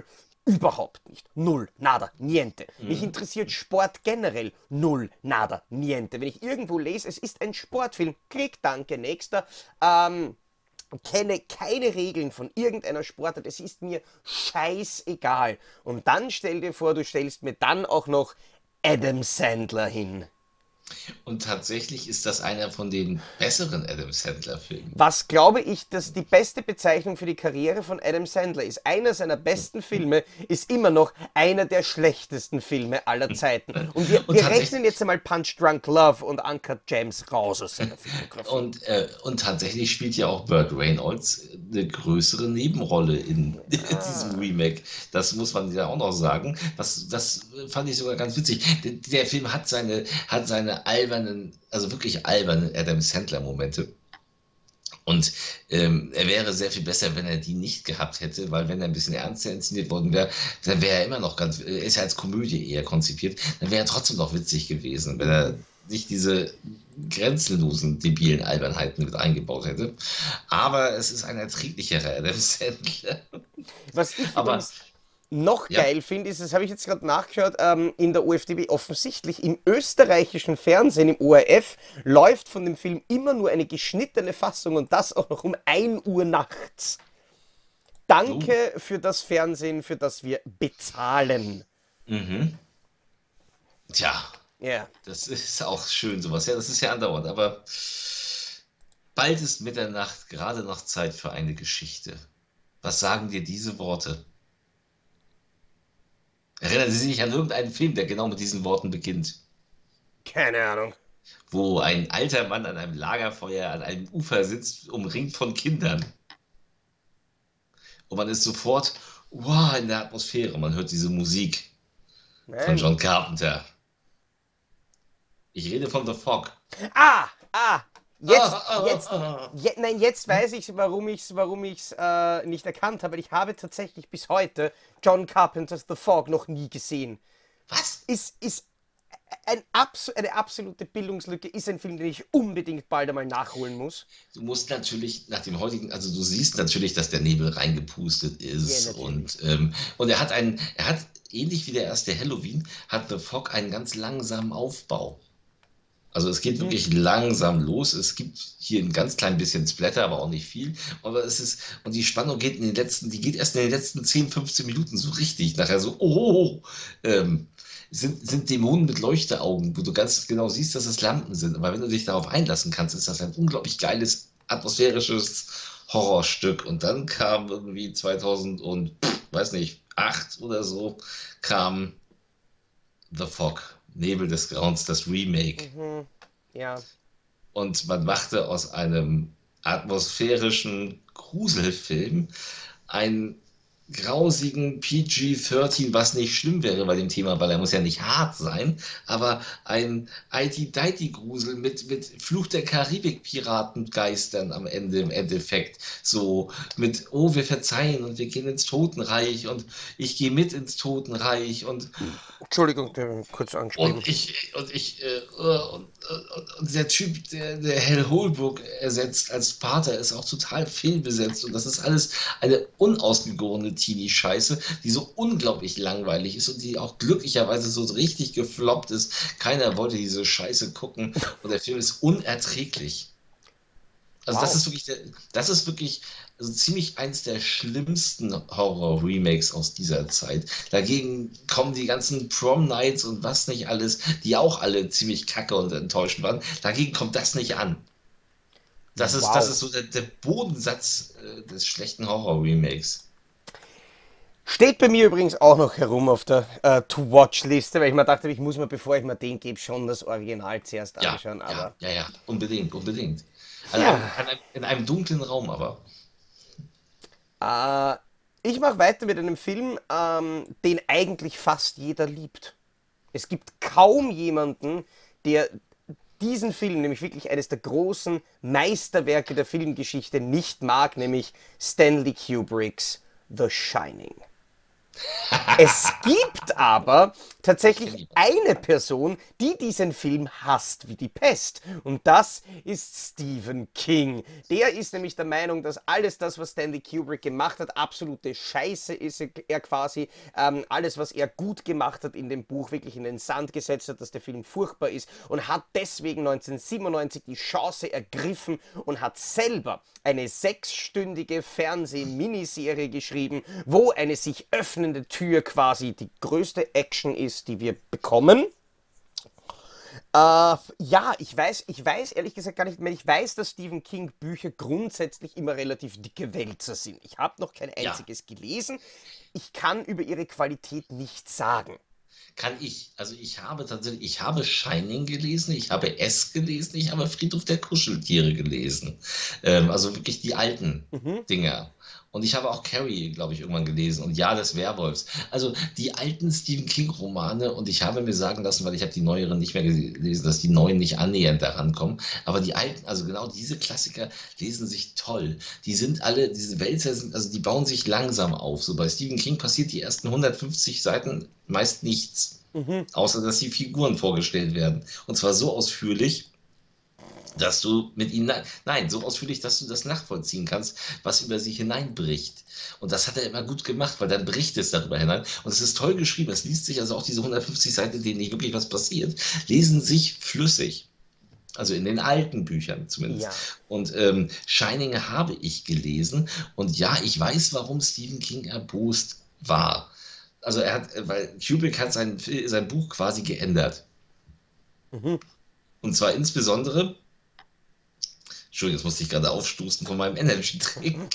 Überhaupt nicht. Null, nada, niente. Mich Mhm. interessiert Sport generell. Null, nada, niente. Wenn ich irgendwo lese, es ist ein Sportfilm, klick, danke, nächster. Ähm, kenne keine Regeln von irgendeiner Sportart. Es ist mir scheißegal. Und dann stell dir vor, du stellst mir dann auch noch Adam Sandler hin. Und tatsächlich ist das einer von den besseren Adam Sandler-Filmen. Was glaube ich, dass die beste Bezeichnung für die Karriere von Adam Sandler ist. Einer seiner besten Filme ist immer noch einer der schlechtesten Filme aller Zeiten. Und wir, Und wir rechnen tatsächlich, jetzt einmal Punch Drunk Love und Uncut Gems raus aus seiner Filmografie. und, äh, und tatsächlich spielt ja auch Burt Reynolds eine größere Nebenrolle in diesem Ah. Remake. Das muss man ja auch noch sagen. Was, das fand ich sogar ganz witzig. Der, der Film hat seine, hat seine albernen, also wirklich albernen Adam Sandler-Momente. Und ähm, er wäre sehr viel besser, wenn er die nicht gehabt hätte, weil wenn er ein bisschen ernster inszeniert worden wäre, dann wäre er immer noch ganz, er ist ja als Komödie eher konzipiert, dann wäre er trotzdem noch witzig gewesen, wenn er nicht diese grenzenlosen, debilen Albernheiten mit eingebaut hätte. Aber es ist ein erträglicherer Adam Sandler. Was ich Aber übrigens noch ja, geil finde, ist, das habe ich jetzt gerade nachgeschaut, ähm, in der U F D B offensichtlich im österreichischen Fernsehen, im O R F, läuft von dem Film immer nur eine geschnittene Fassung und das auch noch um ein Uhr nachts. so. Danke für das Fernsehen, für das wir bezahlen. Mhm. Tja, Ja. das ist auch schön sowas. Ja, das ist ja andauernd. Aber bald ist Mitternacht, gerade noch Zeit für eine Geschichte. Was sagen dir diese Worte? Erinnern Sie sich an irgendeinen Film, der genau mit diesen Worten beginnt, Keine Ahnung. wo ein alter Mann an einem Lagerfeuer an einem Ufer sitzt, umringt von Kindern. Und man ist sofort wow, in der Atmosphäre. Man hört diese Musik von Nein. John Carpenter. Ich rede von The Fog. Ah, ah, Ah, jetzt, ah, jetzt, ah. je, nein, jetzt weiß ich, warum ich es warum ich's, äh, nicht erkannt habe. Ich habe tatsächlich bis heute John Carpenters The Fog noch nie gesehen. Was? Ist, ist ein abs eine absolute Bildungslücke, ist ein Film, den ich unbedingt bald einmal nachholen muss. Du musst natürlich nach dem heutigen, also du siehst natürlich, dass der Nebel reingepustet Ja, ist natürlich. und, ähm, und er hat einen, er hat, ähnlich wie der erste Halloween, hat The Fog einen ganz langsamen Aufbau. Also es geht Mhm. wirklich langsam los. Es gibt hier ein ganz klein bisschen Splatter, aber auch nicht viel. Aber es ist, und die Spannung geht in den letzten, die geht erst in den letzten zehn, fünfzehn Minuten so richtig. Nachher so, oh, ähm, sind, sind Dämonen mit Leuchteaugen, wo du ganz genau siehst, dass es Lampen sind. Aber wenn du dich darauf einlassen kannst, ist das ein unglaublich geiles, atmosphärisches Horrorstück. Und dann kam irgendwie zweitausend und, pff, weiß nicht, acht oder so, kam The Fog, Nebel des Grauens, das Remake. Mhm. Ja. Und man machte aus einem atmosphärischen Gruselfilm einen grausigen P G dreizehn, was nicht schlimm wäre bei dem Thema, weil er muss ja nicht hart sein, aber ein Aiti-Daiti-Grusel mit, mit Fluch der Karibik-Piratengeistern am Ende im Endeffekt. So mit, oh, wir verzeihen und wir gehen ins Totenreich und ich gehe mit ins Totenreich und Entschuldigung, der kurz angeschrieben. und ich, und ich, äh, und, und, und der Typ, der, der Hal Holbrook ersetzt als Pater, ist auch total fehlbesetzt. Und das ist alles eine unausgegorene Teenie-Scheiße, die so unglaublich langweilig ist und die auch glücklicherweise so richtig gefloppt ist. Keiner wollte diese Scheiße gucken und der Film ist unerträglich. Also das Wow. ist wirklich, der, das ist wirklich also ziemlich eins der schlimmsten Horror-Remakes aus dieser Zeit. Dagegen kommen die ganzen Prom Nights und was nicht alles, die auch alle ziemlich kacke und enttäuschend waren. Dagegen kommt das nicht an. Das ist, das Wow. ist so der, der Bodensatz äh, des schlechten Horror-Remakes. Steht bei mir übrigens auch noch herum auf der äh, To-Watch-Liste, weil ich mir dachte, ich muss mir, bevor ich mir den gebe, schon das Original zuerst Ja, anschauen. ja, Aber ja, ja, unbedingt, unbedingt. An einem, ja, an einem, in einem dunklen Raum aber. äh, ich mache weiter mit einem Film, ähm, den eigentlich fast jeder liebt. Es gibt kaum jemanden, der diesen Film, nämlich wirklich eines der großen Meisterwerke der Filmgeschichte, nicht mag, nämlich Stanley Kubricks The Shining. Es gibt aber Ich kenne tatsächlich jemanden. eine Person, die diesen Film hasst wie die Pest. Und das ist Stephen King. Der ist nämlich der Meinung, dass alles das, was Stanley Kubrick gemacht hat, absolute Scheiße ist. Er quasi ähm, alles, was er gut gemacht hat in dem Buch, wirklich in den Sand gesetzt hat, dass der Film furchtbar ist und hat deswegen neunzehnhundertsiebenundneunzig die Chance ergriffen und hat selber eine sechsstündige Fernseh-Miniserie geschrieben, wo eine sich öffnende Tür quasi die größte Action ist, die wir bekommen. Äh, ja, ich weiß, ich weiß ehrlich gesagt gar nicht mehr. Ich weiß, dass Stephen King Bücher grundsätzlich immer relativ dicke Wälzer sind. Ich habe noch kein Ja, einziges gelesen. Ich kann über ihre Qualität nichts sagen. kann ich. Also ich habe tatsächlich, ich habe Shining gelesen, ich habe S gelesen, ich habe Friedhof der Kuscheltiere gelesen. Ähm, also wirklich die alten Mhm. Dinger. Und ich habe auch Carrie, glaube ich, irgendwann gelesen und Ja des Werwolfs. Also die alten Stephen King-Romane und ich habe mir sagen lassen, weil ich habe die neueren nicht mehr gelesen, dass die neuen nicht annähernd daran kommen. Aber die alten, also genau diese Klassiker lesen sich toll. Die sind alle, diese Wälzer sind, also die bauen sich langsam auf. So bei Stephen King passiert die ersten hundertfünfzig Seiten meist nichts. Mhm. Außer dass die Figuren vorgestellt werden. Und zwar so ausführlich, dass du mit ihnen, nein, so ausführlich, dass du das nachvollziehen kannst, was über sie hineinbricht. Und das hat er immer gut gemacht, weil dann bricht es darüber hinein. Und es ist toll geschrieben. Es liest sich also auch diese hundertfünfzig Seiten, in denen nicht wirklich was passiert, lesen sich flüssig. Also in den alten Büchern zumindest. Ja. Und ähm, Shining habe ich gelesen. Und ja, ich weiß, warum Stephen King erbost war. Also er hat, weil Kubrick hat sein, sein Buch quasi geändert. Mhm. Und zwar insbesondere, Entschuldigung, jetzt musste ich gerade aufstoßen von meinem Energy Drink.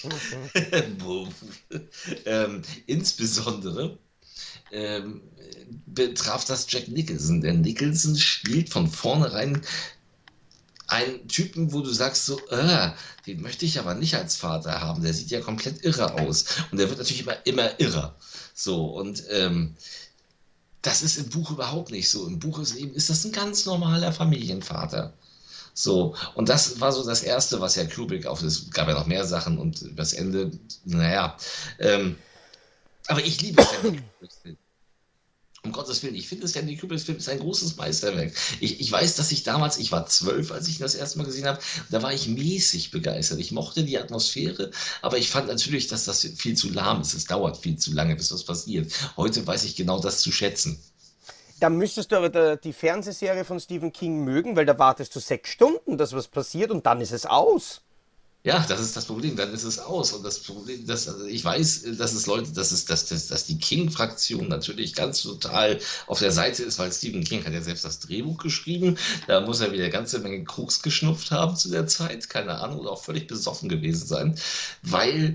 ähm, insbesondere ähm, betraf das Jack Nicholson. Der Nicholson spielt von vornherein einen Typen, wo du sagst so, äh, den möchte ich aber nicht als Vater haben. Der sieht ja komplett irre aus. Und der wird natürlich immer, immer irrer. So, und ähm, das ist im Buch überhaupt nicht so. Im Buch ist eben, ist das ein ganz normaler Familienvater. So, und das war so das Erste, was ja Kubrick auf, es gab ja noch mehr Sachen und das Ende, naja, ähm, aber ich liebe Stanley Kubricks Film. Um Gottes Willen, ich finde, Stanley Kubricks Film ist ein großes Meisterwerk. Ich, ich weiß, dass ich damals, ich war zwölf, als ich ihn das erste Mal gesehen habe, da war ich mäßig begeistert. Ich mochte die Atmosphäre, aber ich fand natürlich, dass das viel zu lahm ist. Es dauert viel zu lange, bis was passiert. Heute weiß ich genau das zu schätzen. Da müsstest du aber der, die Fernsehserie von Stephen King mögen, weil da wartest du sechs Stunden, dass was passiert und dann ist es aus. Ja, das ist das Problem, dann ist es aus. Und das Problem, dass, also ich weiß, dass es Leute, dass es, dass, dass, dass die King-Fraktion natürlich ganz total auf der Seite ist, weil Stephen King hat ja selbst das Drehbuch geschrieben. Da muss er wieder eine ganze Menge Koks geschnupft haben zu der Zeit, keine Ahnung, oder auch völlig besoffen gewesen sein, weil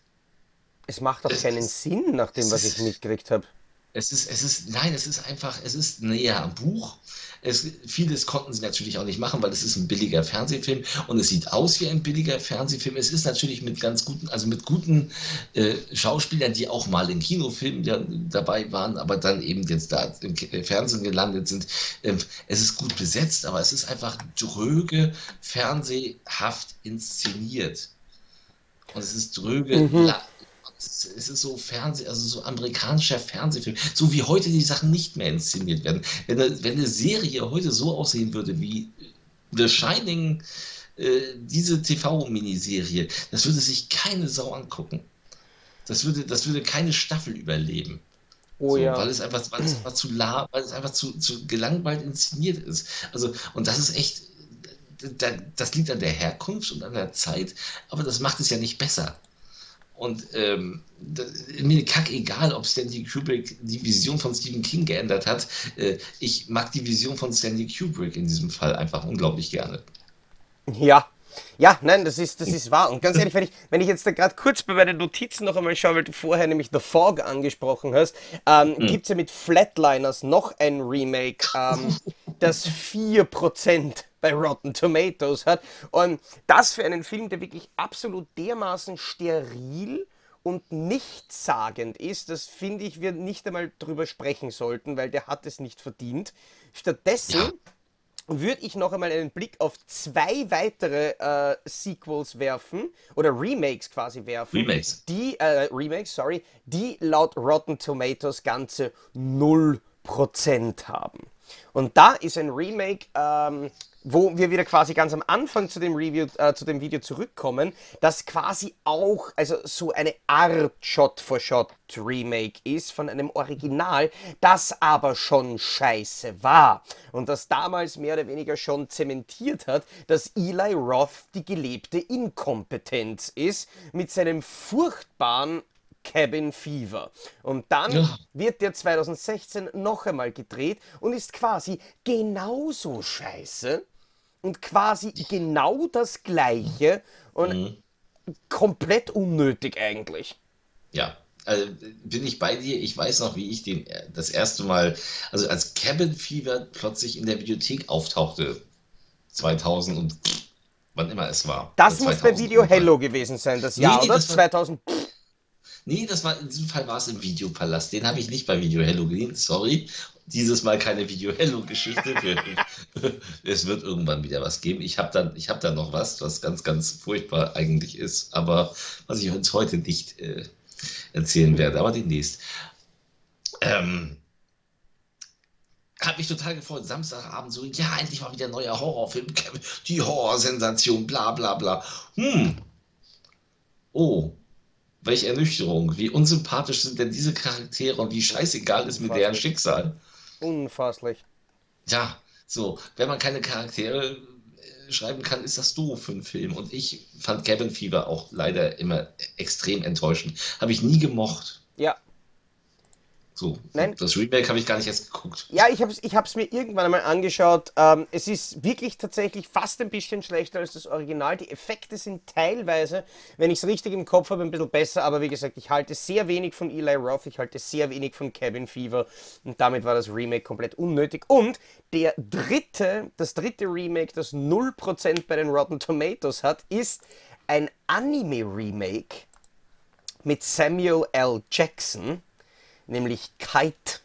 Es macht doch es, keinen es, Sinn, nach dem, es was ich ist mitgekriegt habe. es ist, es ist, nein, es ist einfach, es ist näher am Buch. Es, vieles konnten sie natürlich auch nicht machen, weil es ist ein billiger Fernsehfilm und es sieht aus wie ein billiger Fernsehfilm. Es ist natürlich mit ganz guten, also mit guten äh, Schauspielern, die auch mal in Kinofilmen ja, dabei waren, aber dann eben jetzt da im K- Fernsehen gelandet sind. Ähm, es ist gut besetzt, aber es ist einfach dröge, fernsehhaft inszeniert. Und es ist dröge, Mhm. la es ist so Fernseh, also so amerikanischer Fernsehfilm, so wie heute die Sachen nicht mehr inszeniert werden. Wenn eine, wenn eine Serie heute so aussehen würde wie The Shining, äh, diese T V-Miniserie, das würde sich keine Sau angucken. Das würde, das würde keine Staffel überleben. Oh So, ja. weil es einfach, weil es einfach zu la, weil es einfach zu, zu gelangweilt inszeniert ist. Also, und das ist echt, da, das liegt an der Herkunft und an der Zeit, aber das macht es ja nicht besser. Und ähm, da, mir kack egal, ob Stanley Kubrick die Vision von Stephen King geändert hat. Äh, ich mag die Vision von Stanley Kubrick in diesem Fall einfach unglaublich gerne. Ja. Ja, nein, das ist, das ist wahr. Und ganz ehrlich, wenn ich, wenn ich jetzt da gerade kurz bei meinen Notizen noch einmal schaue, weil du vorher nämlich The Fog angesprochen hast, ähm, Hm. gibt es ja mit Flatliners noch ein Remake, ähm, das vier Prozent bei Rotten Tomatoes hat. Und das für einen Film, der wirklich absolut dermaßen steril und nichtssagend ist, das finde ich, wir nicht einmal drüber sprechen sollten, weil der hat es nicht verdient. Ja, Stattdessen würde ich noch einmal einen Blick auf zwei weitere äh, Sequels werfen oder Remakes quasi werfen, Remakes. die äh, Remakes, sorry, die laut Rotten Tomatoes ganze null Prozent haben. Und da ist ein Remake, ähm, wo wir wieder quasi ganz am Anfang zu dem Review, äh, zu dem Video zurückkommen, das quasi auch, also so eine Art Shot-for-Shot-Remake ist von einem Original, das aber schon scheiße war. Und das damals mehr oder weniger schon zementiert hat, dass Eli Roth die gelebte Inkompetenz ist mit seinem furchtbaren Cabin Fever. Und dann Ja. wird der zwanzig sechzehn noch einmal gedreht und ist quasi genauso scheiße und quasi genau das gleiche und Mhm. komplett unnötig eigentlich. Ja, also bin ich bei dir. Ich weiß noch, wie ich den äh, das erste Mal, also als Cabin Fever plötzlich in der Videothek auftauchte, zweitausend und wann immer es war, äh, Das muss bei zweitausend Video irgendwann. Hello gewesen sein, das Nee, Jahr, nee, oder? das war, zweitausend. nee, das war, in diesem Fall war es im Videopalast. Den habe ich nicht bei Video Hello gesehen, sorry. Dieses Mal keine Video Hello Geschichte. Für, es wird irgendwann wieder was geben. Ich habe dann, ich habe dann noch was, was ganz, ganz furchtbar eigentlich ist, aber was ich uns heute nicht äh, erzählen werde, aber demnächst. Ähm, Hat mich total gefreut. Samstagabend so, ja, endlich mal wieder ein neuer Horrorfilm. Die Horrorsensation, bla bla bla. Hm, oh, welche Ernüchterung. Wie unsympathisch sind denn diese Charaktere und wie scheißegal ist mir deren Unfasslich. Schicksal. Unfasslich. Ja, so, wenn man keine Charaktere äh, schreiben kann, ist das doof für einen Film. Und ich fand Cabin Fever auch leider immer extrem enttäuschend. Habe ich nie gemocht. Ja, So, nein, das Remake habe ich gar nicht erst geguckt. ja, ich habe es ich hab's mir irgendwann einmal angeschaut. Ähm, es ist wirklich tatsächlich fast ein bisschen schlechter als das Original. Die Effekte sind teilweise, wenn ich es richtig im Kopf habe, ein bisschen besser. Aber wie gesagt, ich halte sehr wenig von Eli Roth, ich halte sehr wenig von Cabin Fever. Und damit war das Remake komplett unnötig. Und der dritte, das dritte Remake, das null Prozent bei den Rotten Tomatoes hat, ist ein Anime-Remake mit Samuel L. Jackson, nämlich Kite.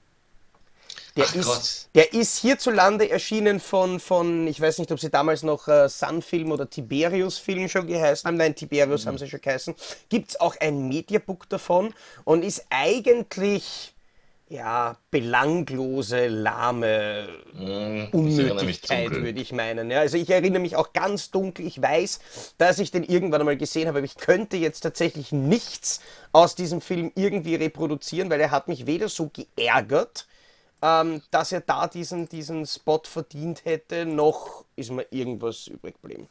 Der Ach ist, Gott. der ist hierzulande erschienen von, von, ich weiß nicht, ob sie damals noch äh, Sun-Film oder Tiberius-Film schon geheißen haben. Nein, Tiberius haben sie schon geheißen. Gibt es auch ein Mediabook davon und ist eigentlich, ja, belanglose, lahme Hm, ich erinnere mich Unnötigkeit, dunkel. würde ich meinen. Ja, also ich erinnere mich auch ganz dunkel. Ich weiß, dass ich den irgendwann einmal gesehen habe, aber ich könnte jetzt tatsächlich nichts aus diesem Film irgendwie reproduzieren, weil er hat mich weder so geärgert, ähm, dass er da diesen, diesen Spot verdient hätte, noch ist mir irgendwas übrig geblieben.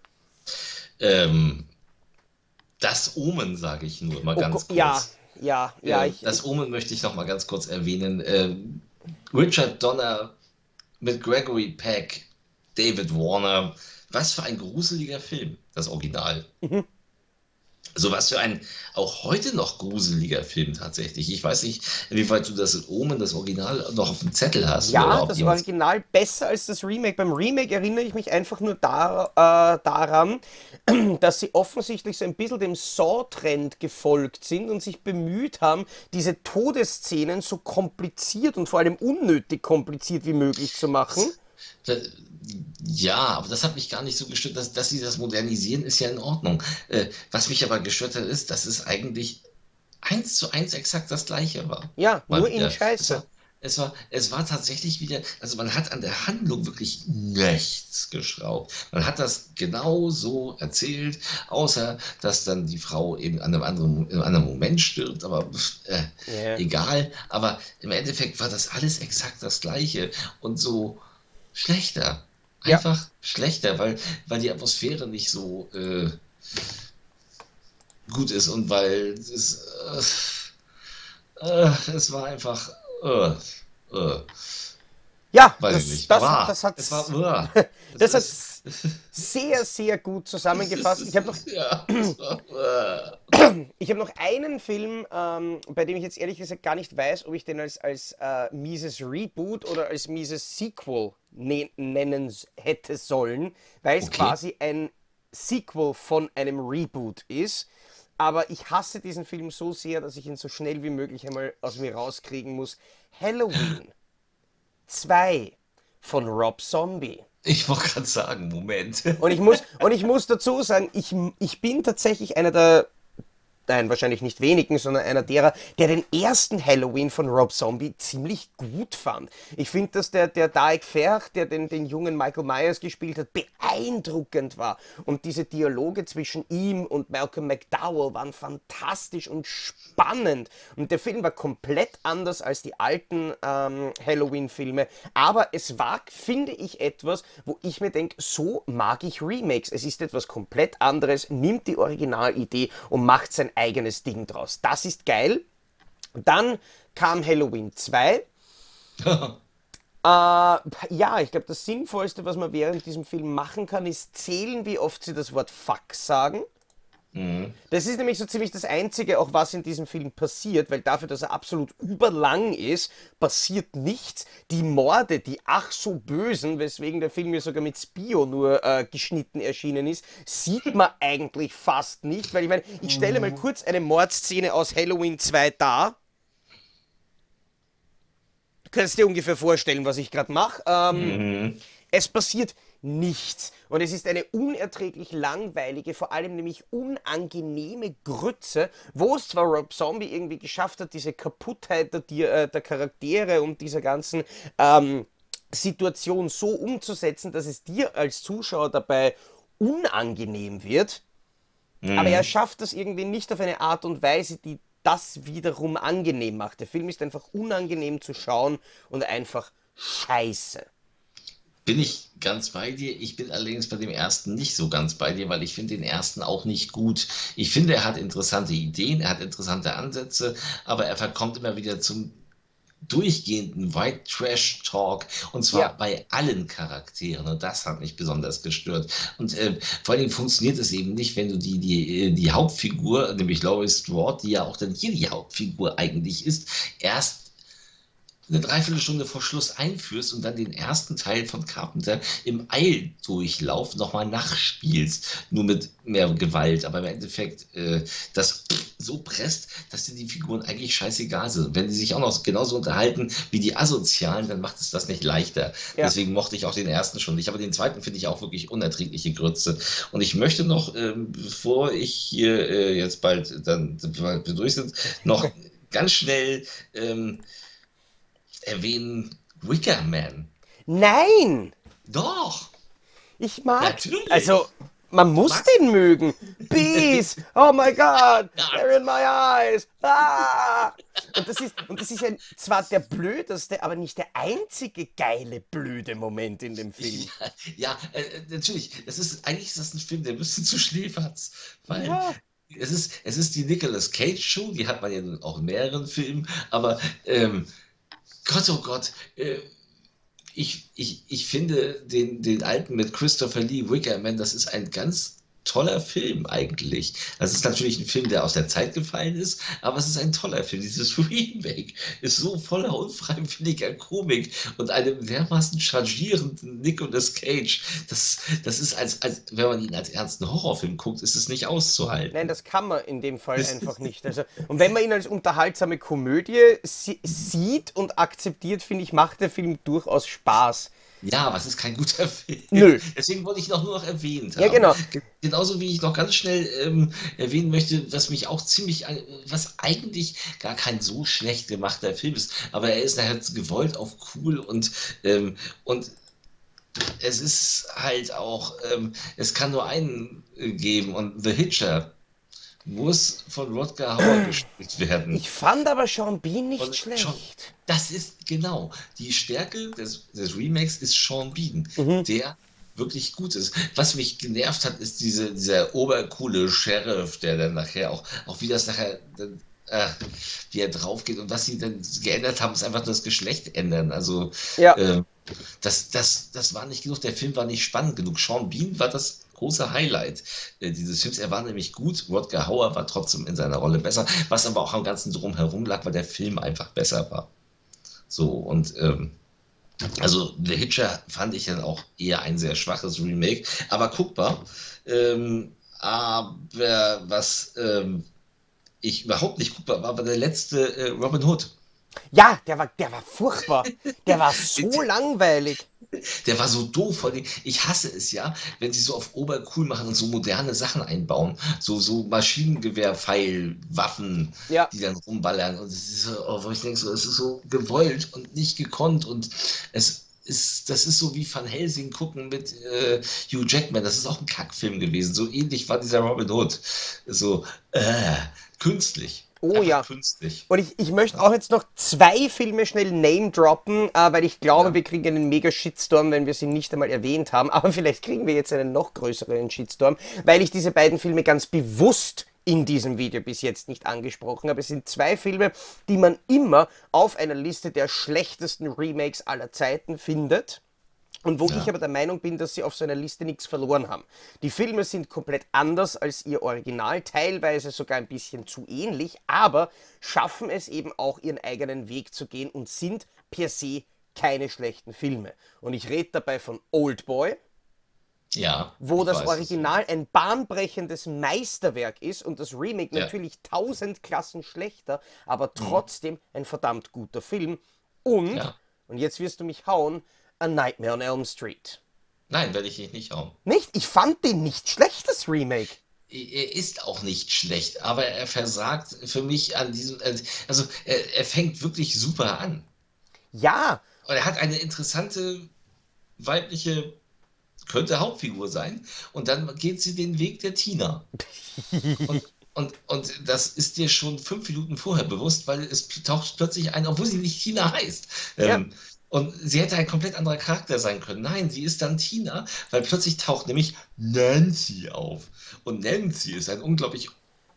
Ähm, Das Omen, sage ich nur mal Oh, Go- ganz ja, kurz. ja, ja, Äh, ich, das ich, Omen möchte ich noch mal ganz kurz erwähnen. Ähm, Richard Donner mit Gregory Peck, David Warner. Was für ein gruseliger Film, das Original. mhm. So was für ein auch heute noch gruseliger Film tatsächlich. Ich weiß nicht, inwieweit du das Omen, das Original, noch auf dem Zettel hast oder Ja, überhaupt das jemals. Original besser als das Remake. Beim Remake erinnere ich mich einfach nur da, äh, daran, dass sie offensichtlich so ein bisschen dem Saw-Trend gefolgt sind und sich bemüht haben, diese Todesszenen so kompliziert und vor allem unnötig kompliziert wie möglich zu machen. Das, ja, aber das hat mich gar nicht so gestört. Dass, dass sie das modernisieren, ist ja in Ordnung. Äh, was mich aber gestört hat, ist, dass es eigentlich eins zu eins exakt das gleiche war. Ja, Mal nur in wieder. Es Scheiße. war, es war, es war tatsächlich wieder, also man hat an der Handlung wirklich nichts geschraubt. Man hat das genau so erzählt, außer dass dann die Frau eben an einem anderen, in einem anderen Moment stirbt, aber äh, Ja. egal. Aber im Endeffekt war das alles exakt das Gleiche und so schlechter. Ja, Einfach schlechter, weil, weil die Atmosphäre nicht so äh, gut ist und weil es, äh, äh, es war einfach, äh, äh, ja, weiß ich das, nicht, das, war. das Es war, hat's, äh, es das ist, hat's sehr, sehr gut es ist, zusammengefasst. Ich es habe noch ist, ja, es war, äh. Ich habe noch einen Film, ähm, bei dem ich jetzt ehrlich gesagt gar nicht weiß, ob ich den als, als äh, mieses Reboot oder als mieses Sequel ne nennen s- hätte sollen, weil es Okay. quasi ein Sequel von einem Reboot ist. Aber ich hasse diesen Film so sehr, dass ich ihn so schnell wie möglich einmal aus mir rauskriegen muss. Halloween zwei von Rob Zombie. Ich wollte gerade sagen, Moment. Und ich muss, und ich muss dazu sagen, ich, ich bin tatsächlich einer der, nein, wahrscheinlich nicht wenigen, sondern einer derer, der den ersten Halloween von Rob Zombie ziemlich gut fand. Ich finde, dass der, der Daik Ferch, der den, den jungen Michael Myers gespielt hat, beeindruckend war. Und diese Dialoge zwischen ihm und Malcolm McDowell waren fantastisch und spannend. Und der Film war komplett anders als die alten ähm, Halloween-Filme. Aber es war, finde ich, etwas, wo ich mir denke, so mag ich Remakes. Es ist etwas komplett anderes, nimmt die Originalidee und macht sein eigenes Ding draus. Das ist geil. Dann kam Halloween zwei. Äh, ja, ich glaube, das Sinnvollste, was man während diesem Film machen kann, ist zählen, wie oft sie das Wort Fuck sagen. Mhm. Das ist nämlich so ziemlich das Einzige, auch was in diesem Film passiert, weil dafür, dass er absolut überlang ist, passiert nichts. Die Morde, die ach so bösen, weswegen der Film ja sogar mit Spio nur äh, geschnitten erschienen ist, sieht man eigentlich fast nicht, weil ich meine, ich stelle mal kurz eine Mordszene aus Halloween zwei dar. Du kannst dir ungefähr vorstellen, was ich gerade mache. Ähm, Mhm. es passiert nichts. Und es ist eine unerträglich langweilige, vor allem nämlich unangenehme Grütze, wo es zwar Rob Zombie irgendwie geschafft hat, diese Kaputtheit der, äh, der Charaktere und dieser ganzen ähm, Situation so umzusetzen, dass es dir als Zuschauer dabei unangenehm wird, aber er Mhm. schafft das irgendwie nicht auf eine Art und Weise, die das wiederum angenehm macht. Der Film ist einfach unangenehm zu schauen und einfach scheiße. Bin ich ganz bei dir. Ich bin allerdings bei dem ersten nicht so ganz bei dir, weil ich finde den ersten auch nicht gut. Ich finde, er hat interessante Ideen, er hat interessante Ansätze, aber er verkommt immer wieder zum durchgehenden White Trash Talk und Ja, zwar bei allen Charakteren und das hat mich besonders gestört. Und äh, vor allen Dingen funktioniert es eben nicht, wenn du die, die, die Hauptfigur, nämlich Laurie Strode, die ja auch dann hier die Hauptfigur eigentlich ist, erst eine Dreiviertelstunde vor Schluss einführst und dann den ersten Teil von Carpenter im Eildurchlauf nochmal nachspielst, nur mit mehr Gewalt, aber im Endeffekt äh, das so presst, dass dir die Figuren eigentlich scheißegal sind. Wenn die sich auch noch genauso unterhalten wie die Asozialen, dann macht es das nicht leichter. ja. Deswegen mochte ich auch den ersten schon nicht, aber den zweiten finde ich auch wirklich unerträgliche Grütze. Und ich möchte noch, ähm, bevor ich hier äh, jetzt bald dann bald wir durch sind, noch ganz schnell ähm, erwähnen Wicker Man. Nein! Doch, Ich mag, also, natürlich. man Du muss magst den mögen. Bees! Oh my God! ja, They're in my eyes! Ah! Und das ist, und das ist ja zwar der blödeste, aber nicht der einzige geile, blöde Moment in dem Film. ja, ja äh, natürlich. Das ist, eigentlich ist das ein Film, der müsste zu Schläferz, weil Ja, es ist, es ist die Nicolas Cage Show, die hat man ja nun auch in mehreren Filmen, aber ähm, Gott, oh Gott, äh, ich, ich, ich finde den, den alten mit Christopher Lee, Wicker Man, das ist ein ganz toller Film eigentlich. Das ist natürlich ein Film, der aus der Zeit gefallen ist, aber es ist ein toller Film. Dieses Remake ist so voller unfreiwilliger Komik und einem dermaßen chargierenden Nicolas Cage. Das, das ist, als, als wenn man ihn als ernsten Horrorfilm guckt, ist es nicht nein, auszuhalten. das kann man in dem Fall Das einfach ist, nicht. Also, und wenn man ihn als unterhaltsame Komödie si sieht und akzeptiert, finde ich, macht der Film durchaus Spaß. ja, aber es ist kein guter Film. Nö. Deswegen wollte ich ihn auch nur noch erwähnt Ja, haben. genau. Ge- Genauso wie ich noch ganz schnell ähm, erwähnen möchte, was mich auch ziemlich, an- was eigentlich gar kein so schlecht gemachter Film ist, aber er ist nachher gewollt auf cool und, ähm, und es ist halt auch, ähm, es kann nur einen äh, geben und The Hitcher muss von Rodger Hauer gespielt werden. Ich fand aber Sean Bean nicht Und schon, schlecht. das ist genau die Stärke des, des Remakes ist Sean Bean, Mhm. der wirklich gut ist. Was mich genervt hat, ist diese, dieser obercoole Sheriff, der dann nachher auch, auch wie das nachher, dann, äh, wie er drauf geht und was sie dann geändert haben, ist einfach nur das Geschlecht ändern. Also Ja, äh, das, das, das war nicht genug, der Film war nicht spannend genug. Sean Bean war das große Highlight äh, dieses Films. Er war nämlich gut, Rodger Hauer war trotzdem in seiner Rolle besser, was aber auch am ganzen Drumherum lag, weil der Film einfach besser war. So, und ähm, also The Hitcher fand ich dann auch eher ein sehr schwaches Remake, aber guckbar. Ähm, aber was ähm, ich überhaupt nicht guckbar war, war der letzte äh, Robin Hood. ja, der war, der war furchtbar. Der war so langweilig. Der war so doof, vor allem, ich hasse es ja, wenn sie so auf obercool machen und so moderne Sachen einbauen. So, so Maschinengewehr, Pfeil, Waffen, Ja, die dann rumballern. Und es ist so, oh, wo ich denke, so, es ist so gewollt und nicht gekonnt. Und es ist, das ist so wie Van Helsing gucken mit äh, Hugh Jackman. Das ist auch ein Kackfilm gewesen. So ähnlich war dieser Robin Hood. So, äh, künstlich. oh Einfach ja. künstlich. Und ich, ich möchte auch jetzt noch zwei Filme schnell name droppen, äh, weil ich glaube, Ja, wir kriegen einen mega Shitstorm, wenn wir sie nicht einmal erwähnt haben. Aber vielleicht kriegen wir jetzt einen noch größeren Shitstorm, weil ich diese beiden Filme ganz bewusst in diesem Video bis jetzt nicht angesprochen habe. Es sind zwei Filme, die man immer auf einer Liste der schlechtesten Remakes aller Zeiten findet. Und wo ich ja, aber der Meinung bin, dass sie auf so einer Liste nichts verloren haben. Die Filme sind komplett anders als ihr Original, teilweise sogar ein bisschen zu ähnlich, aber schaffen es eben auch ihren eigenen Weg zu gehen und sind per se keine schlechten Filme. Und ich rede dabei von Oldboy, ja, wo ich das weiß, was du Original meinst. ein bahnbrechendes Meisterwerk ist und das Remake Ja. natürlich tausend Klassen schlechter, aber Hm. trotzdem ein verdammt guter Film. Und, Ja. und jetzt wirst du mich hauen, A Nightmare on Elm Street. Nein, werde ich dich nicht hauen. Nicht? Ich fand den nicht schlecht, das Remake. Er ist auch nicht schlecht, aber er versagt für mich an diesem, äh, also er, er fängt wirklich super an. Ja, Und er hat eine interessante weibliche, könnte Hauptfigur sein, und dann geht sie den Weg der Tina. Und, und, und das ist dir schon fünf Minuten vorher bewusst, weil es taucht plötzlich ein, obwohl sie nicht Tina heißt. ja. Ähm, und sie hätte ein komplett anderer Charakter sein können. Nein, sie ist dann Tina, weil plötzlich taucht nämlich Nancy auf. Und Nancy ist ein unglaublich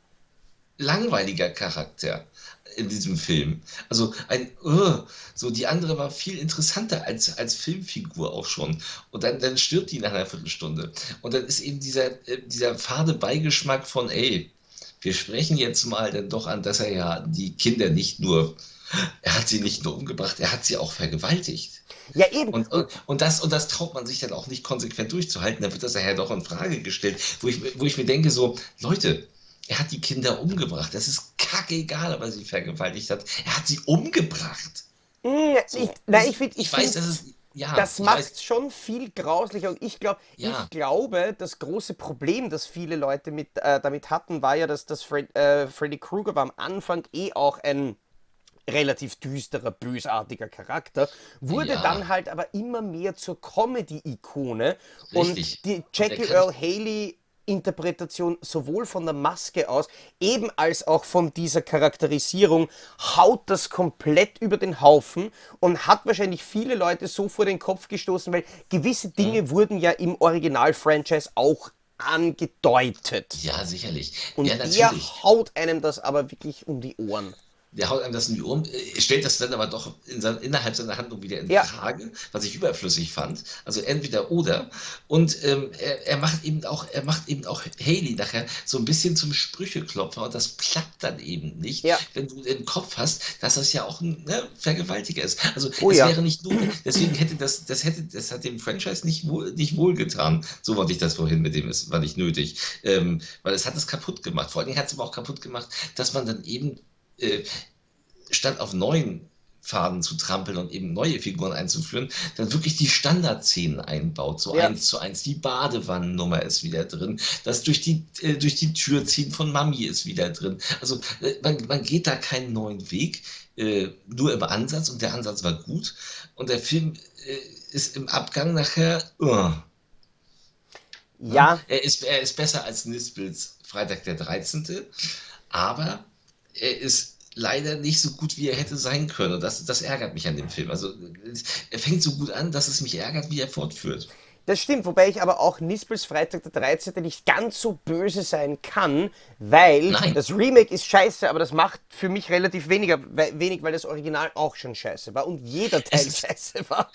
langweiliger Charakter in diesem Film. Also ein, uh, so die andere war viel interessanter als, als Filmfigur auch schon. Und dann, dann stirbt die nach einer Viertelstunde. Und dann ist eben dieser, äh, dieser fade Beigeschmack von, ey, wir sprechen jetzt mal dann doch an, dass er ja die Kinder nicht nur, er hat sie nicht nur umgebracht, er hat sie auch vergewaltigt. Ja, eben. Und, Und und, und, das, und das traut man sich dann auch nicht konsequent durchzuhalten. Dann wird das ja doch in Frage gestellt, wo ich, wo ich mir denke, so, Leute, er hat die Kinder umgebracht. Das ist kackegal, ob er sie vergewaltigt hat. Er hat sie umgebracht. mh, ich, So, nein, das, ich finde, ich ich weiß, find, dass es, ja, das ich weiß, macht schon viel grauslicher. Und ich glaube, ich ja, glaube, das große Problem, das viele Leute mit, äh, damit hatten, war ja, dass das Fred, äh, Freddy Krueger war am Anfang eh auch ein relativ düsterer, bösartiger Charakter, wurde dann ja, halt aber immer mehr zur Comedy-Ikone und richtig. die Und er Jackie kann, Earl Haley Interpretation sowohl von der Maske aus, eben als auch von dieser Charakterisierung, haut das komplett über den Haufen und hat wahrscheinlich viele Leute so vor den Kopf gestoßen, weil gewisse hm? Dinge wurden ja im Original-Franchise auch angedeutet. Ja, sicherlich. Ja, Und der natürlich. haut einem das aber wirklich um die Ohren. Der haut einem das in die Ohren, äh, stellt das dann aber doch in sein, innerhalb seiner Handlung wieder in Ja, Frage, was ich überflüssig fand. Also entweder oder. Und ähm, er, er macht eben auch, er macht eben auch Haley nachher so ein bisschen zum Sprücheklopfer, und das klappt dann eben nicht, ja, wenn du im Kopf hast, dass das ja auch ein, ne, Vergewaltiger ist. Also oh es ja. wäre nicht nur, deswegen hätte das, das hätte, das hat dem Franchise nicht wohl, nicht wohlgetan. So wollte ich das vorhin mit dem, es war nicht nötig. Ähm, weil es hat es kaputt gemacht. Vor allen Dingen hat es aber auch kaputt gemacht, dass man dann eben äh, statt auf neuen Faden zu trampeln und eben neue Figuren einzuführen, dann wirklich die Standardszenen einbaut, so Ja, eins zu eins. Die Badewannennummer ist wieder drin, das durch die, äh, durch die Tür ziehen von Mami ist wieder drin. Also äh, man, man geht da keinen neuen Weg, äh, nur im Ansatz, und der Ansatz war gut, und der Film äh, ist im Abgang nachher, uh, ne? ja, er, ist, er ist besser als Nispels Freitag der dreizehnte., aber er ist leider nicht so gut, wie er hätte sein können. Und das, das ärgert mich an dem Film. Also er fängt so gut an, dass es mich ärgert, wie er fortführt. das stimmt. Wobei ich aber auch Nispels Freitag der dreizehnte nicht ganz so böse sein kann, weil Nein, das Remake ist scheiße, aber das macht für mich relativ weniger, we- wenig, weil das Original auch schon scheiße war und jeder es Teil ist, scheiße war.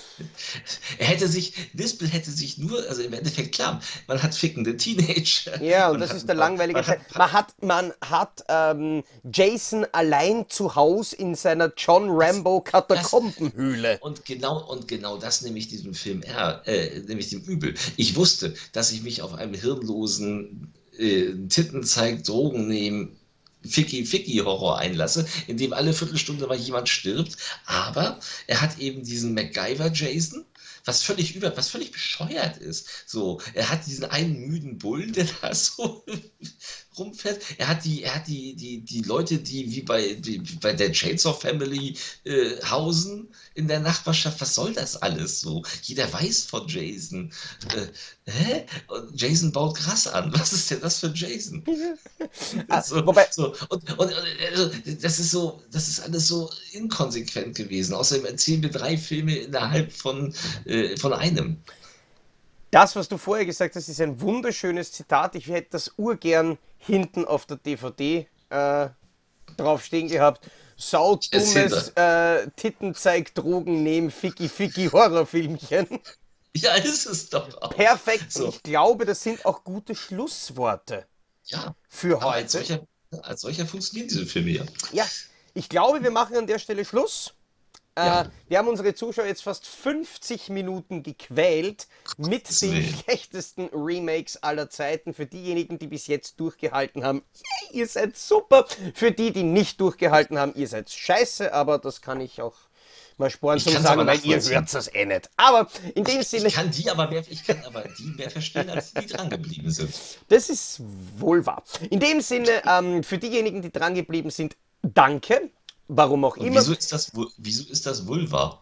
er hätte sich, Nispel hätte sich nur, also im Endeffekt klar, man hat fickende Teenager, Ja, und man das hat ist ein der paar, langweilige man Teil. hat ein paar, Man hat, man hat ähm, Jason allein zu Hause in seiner John das, Rambo das, Katakombenhöhle. Und genau, und genau das nehme ich diesem Film er, äh, nämlich dem Übel. Ich wusste, dass ich mich auf einem hirnlosen äh, Titten zeigt, Drogen nehmen, Ficky-Ficky-Horror einlasse, in dem alle Viertelstunde mal jemand stirbt. Aber er hat eben diesen MacGyver-Jason, was völlig über, was völlig bescheuert ist. So, er hat diesen einen müden Bullen, der da so rumfährt. Er hat die, er hat die, die, die Leute, die wie bei, die, wie bei der Chainsaw Family äh, hausen in der Nachbarschaft. Was soll das alles so? Jeder weiß von Jason. Äh, hä? Und Jason baut Gras an. Was ist denn das für Jason? Ah, So, wobei, so. Und, und, und also, das ist so, das ist alles so inkonsequent gewesen. Außerdem erzählen wir drei Filme innerhalb von, äh, von einem. das, was du vorher gesagt hast, ist ein wunderschönes Zitat. Ich hätte das urgern hinten auf der D V D äh, draufstehen gehabt. Erzähl Saudummes da. äh, Tittenzeig, Drogen nehmen, Ficky Ficky Horrorfilmchen. Ja, ist es doch auch. Perfekt. Und So, ich glaube, das sind auch gute Schlussworte ja. für Aber als heute. solcher, als solcher funktionieren diese Filme ja. Ja, ich glaube, wir machen an der Stelle Schluss. Ja, Äh, wir haben unsere Zuschauer jetzt fast fünfzig Minuten gequält mit Gottes den Willen. schlechtesten Remakes aller Zeiten. Für diejenigen, die bis jetzt durchgehalten haben, yay, ihr seid super. Für die, die nicht durchgehalten haben, ihr seid scheiße. Aber das kann ich auch mal sparen Ich zum kann es aber Sagen, weil ihr nachvollziehen. hört es eh nicht. Aber in dem Ich Sinne, kann die aber mehr, ich kann aber die mehr verstehen, als die, die dran geblieben sind. das ist wohl wahr. In dem Sinne, ähm, für diejenigen, die dran geblieben sind, danke. Warum auch Und immer. wieso ist das, Vul- wieso ist das Vulva?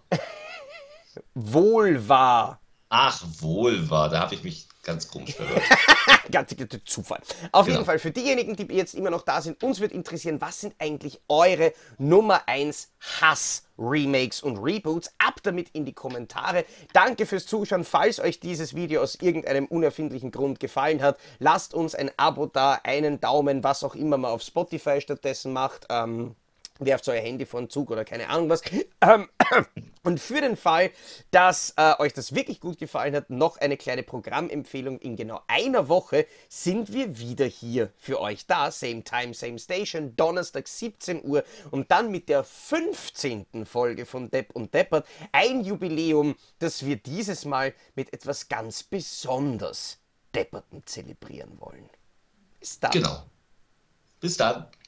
Wohl wahr. Ach, Vulva, da habe ich mich ganz komisch verhört. Ganz Zufall. Auf jeden Genau. Fall, für diejenigen, die jetzt immer noch da sind, uns wird interessieren, was sind eigentlich eure Nummer eins Hass-Remakes und Reboots? Ab damit in die Kommentare. Danke fürs Zuschauen. Falls euch dieses Video aus irgendeinem unerfindlichen Grund gefallen hat, lasst uns ein Abo da, einen Daumen, was auch immer man auf Spotify stattdessen macht. Ähm, werft euer Handy vor den Zug oder keine Ahnung was. Ähm, und für den Fall, dass äh, euch das wirklich gut gefallen hat, noch eine kleine Programmempfehlung. In genau einer Woche sind wir wieder hier für euch da. Same time, same station. Donnerstag siebzehn Uhr. Und dann mit der fünfzehnten Folge von Depp und Deppert. Ein Jubiläum, das wir dieses Mal mit etwas ganz besonders Depperten zelebrieren wollen. Bis dann. Genau. Bis dann.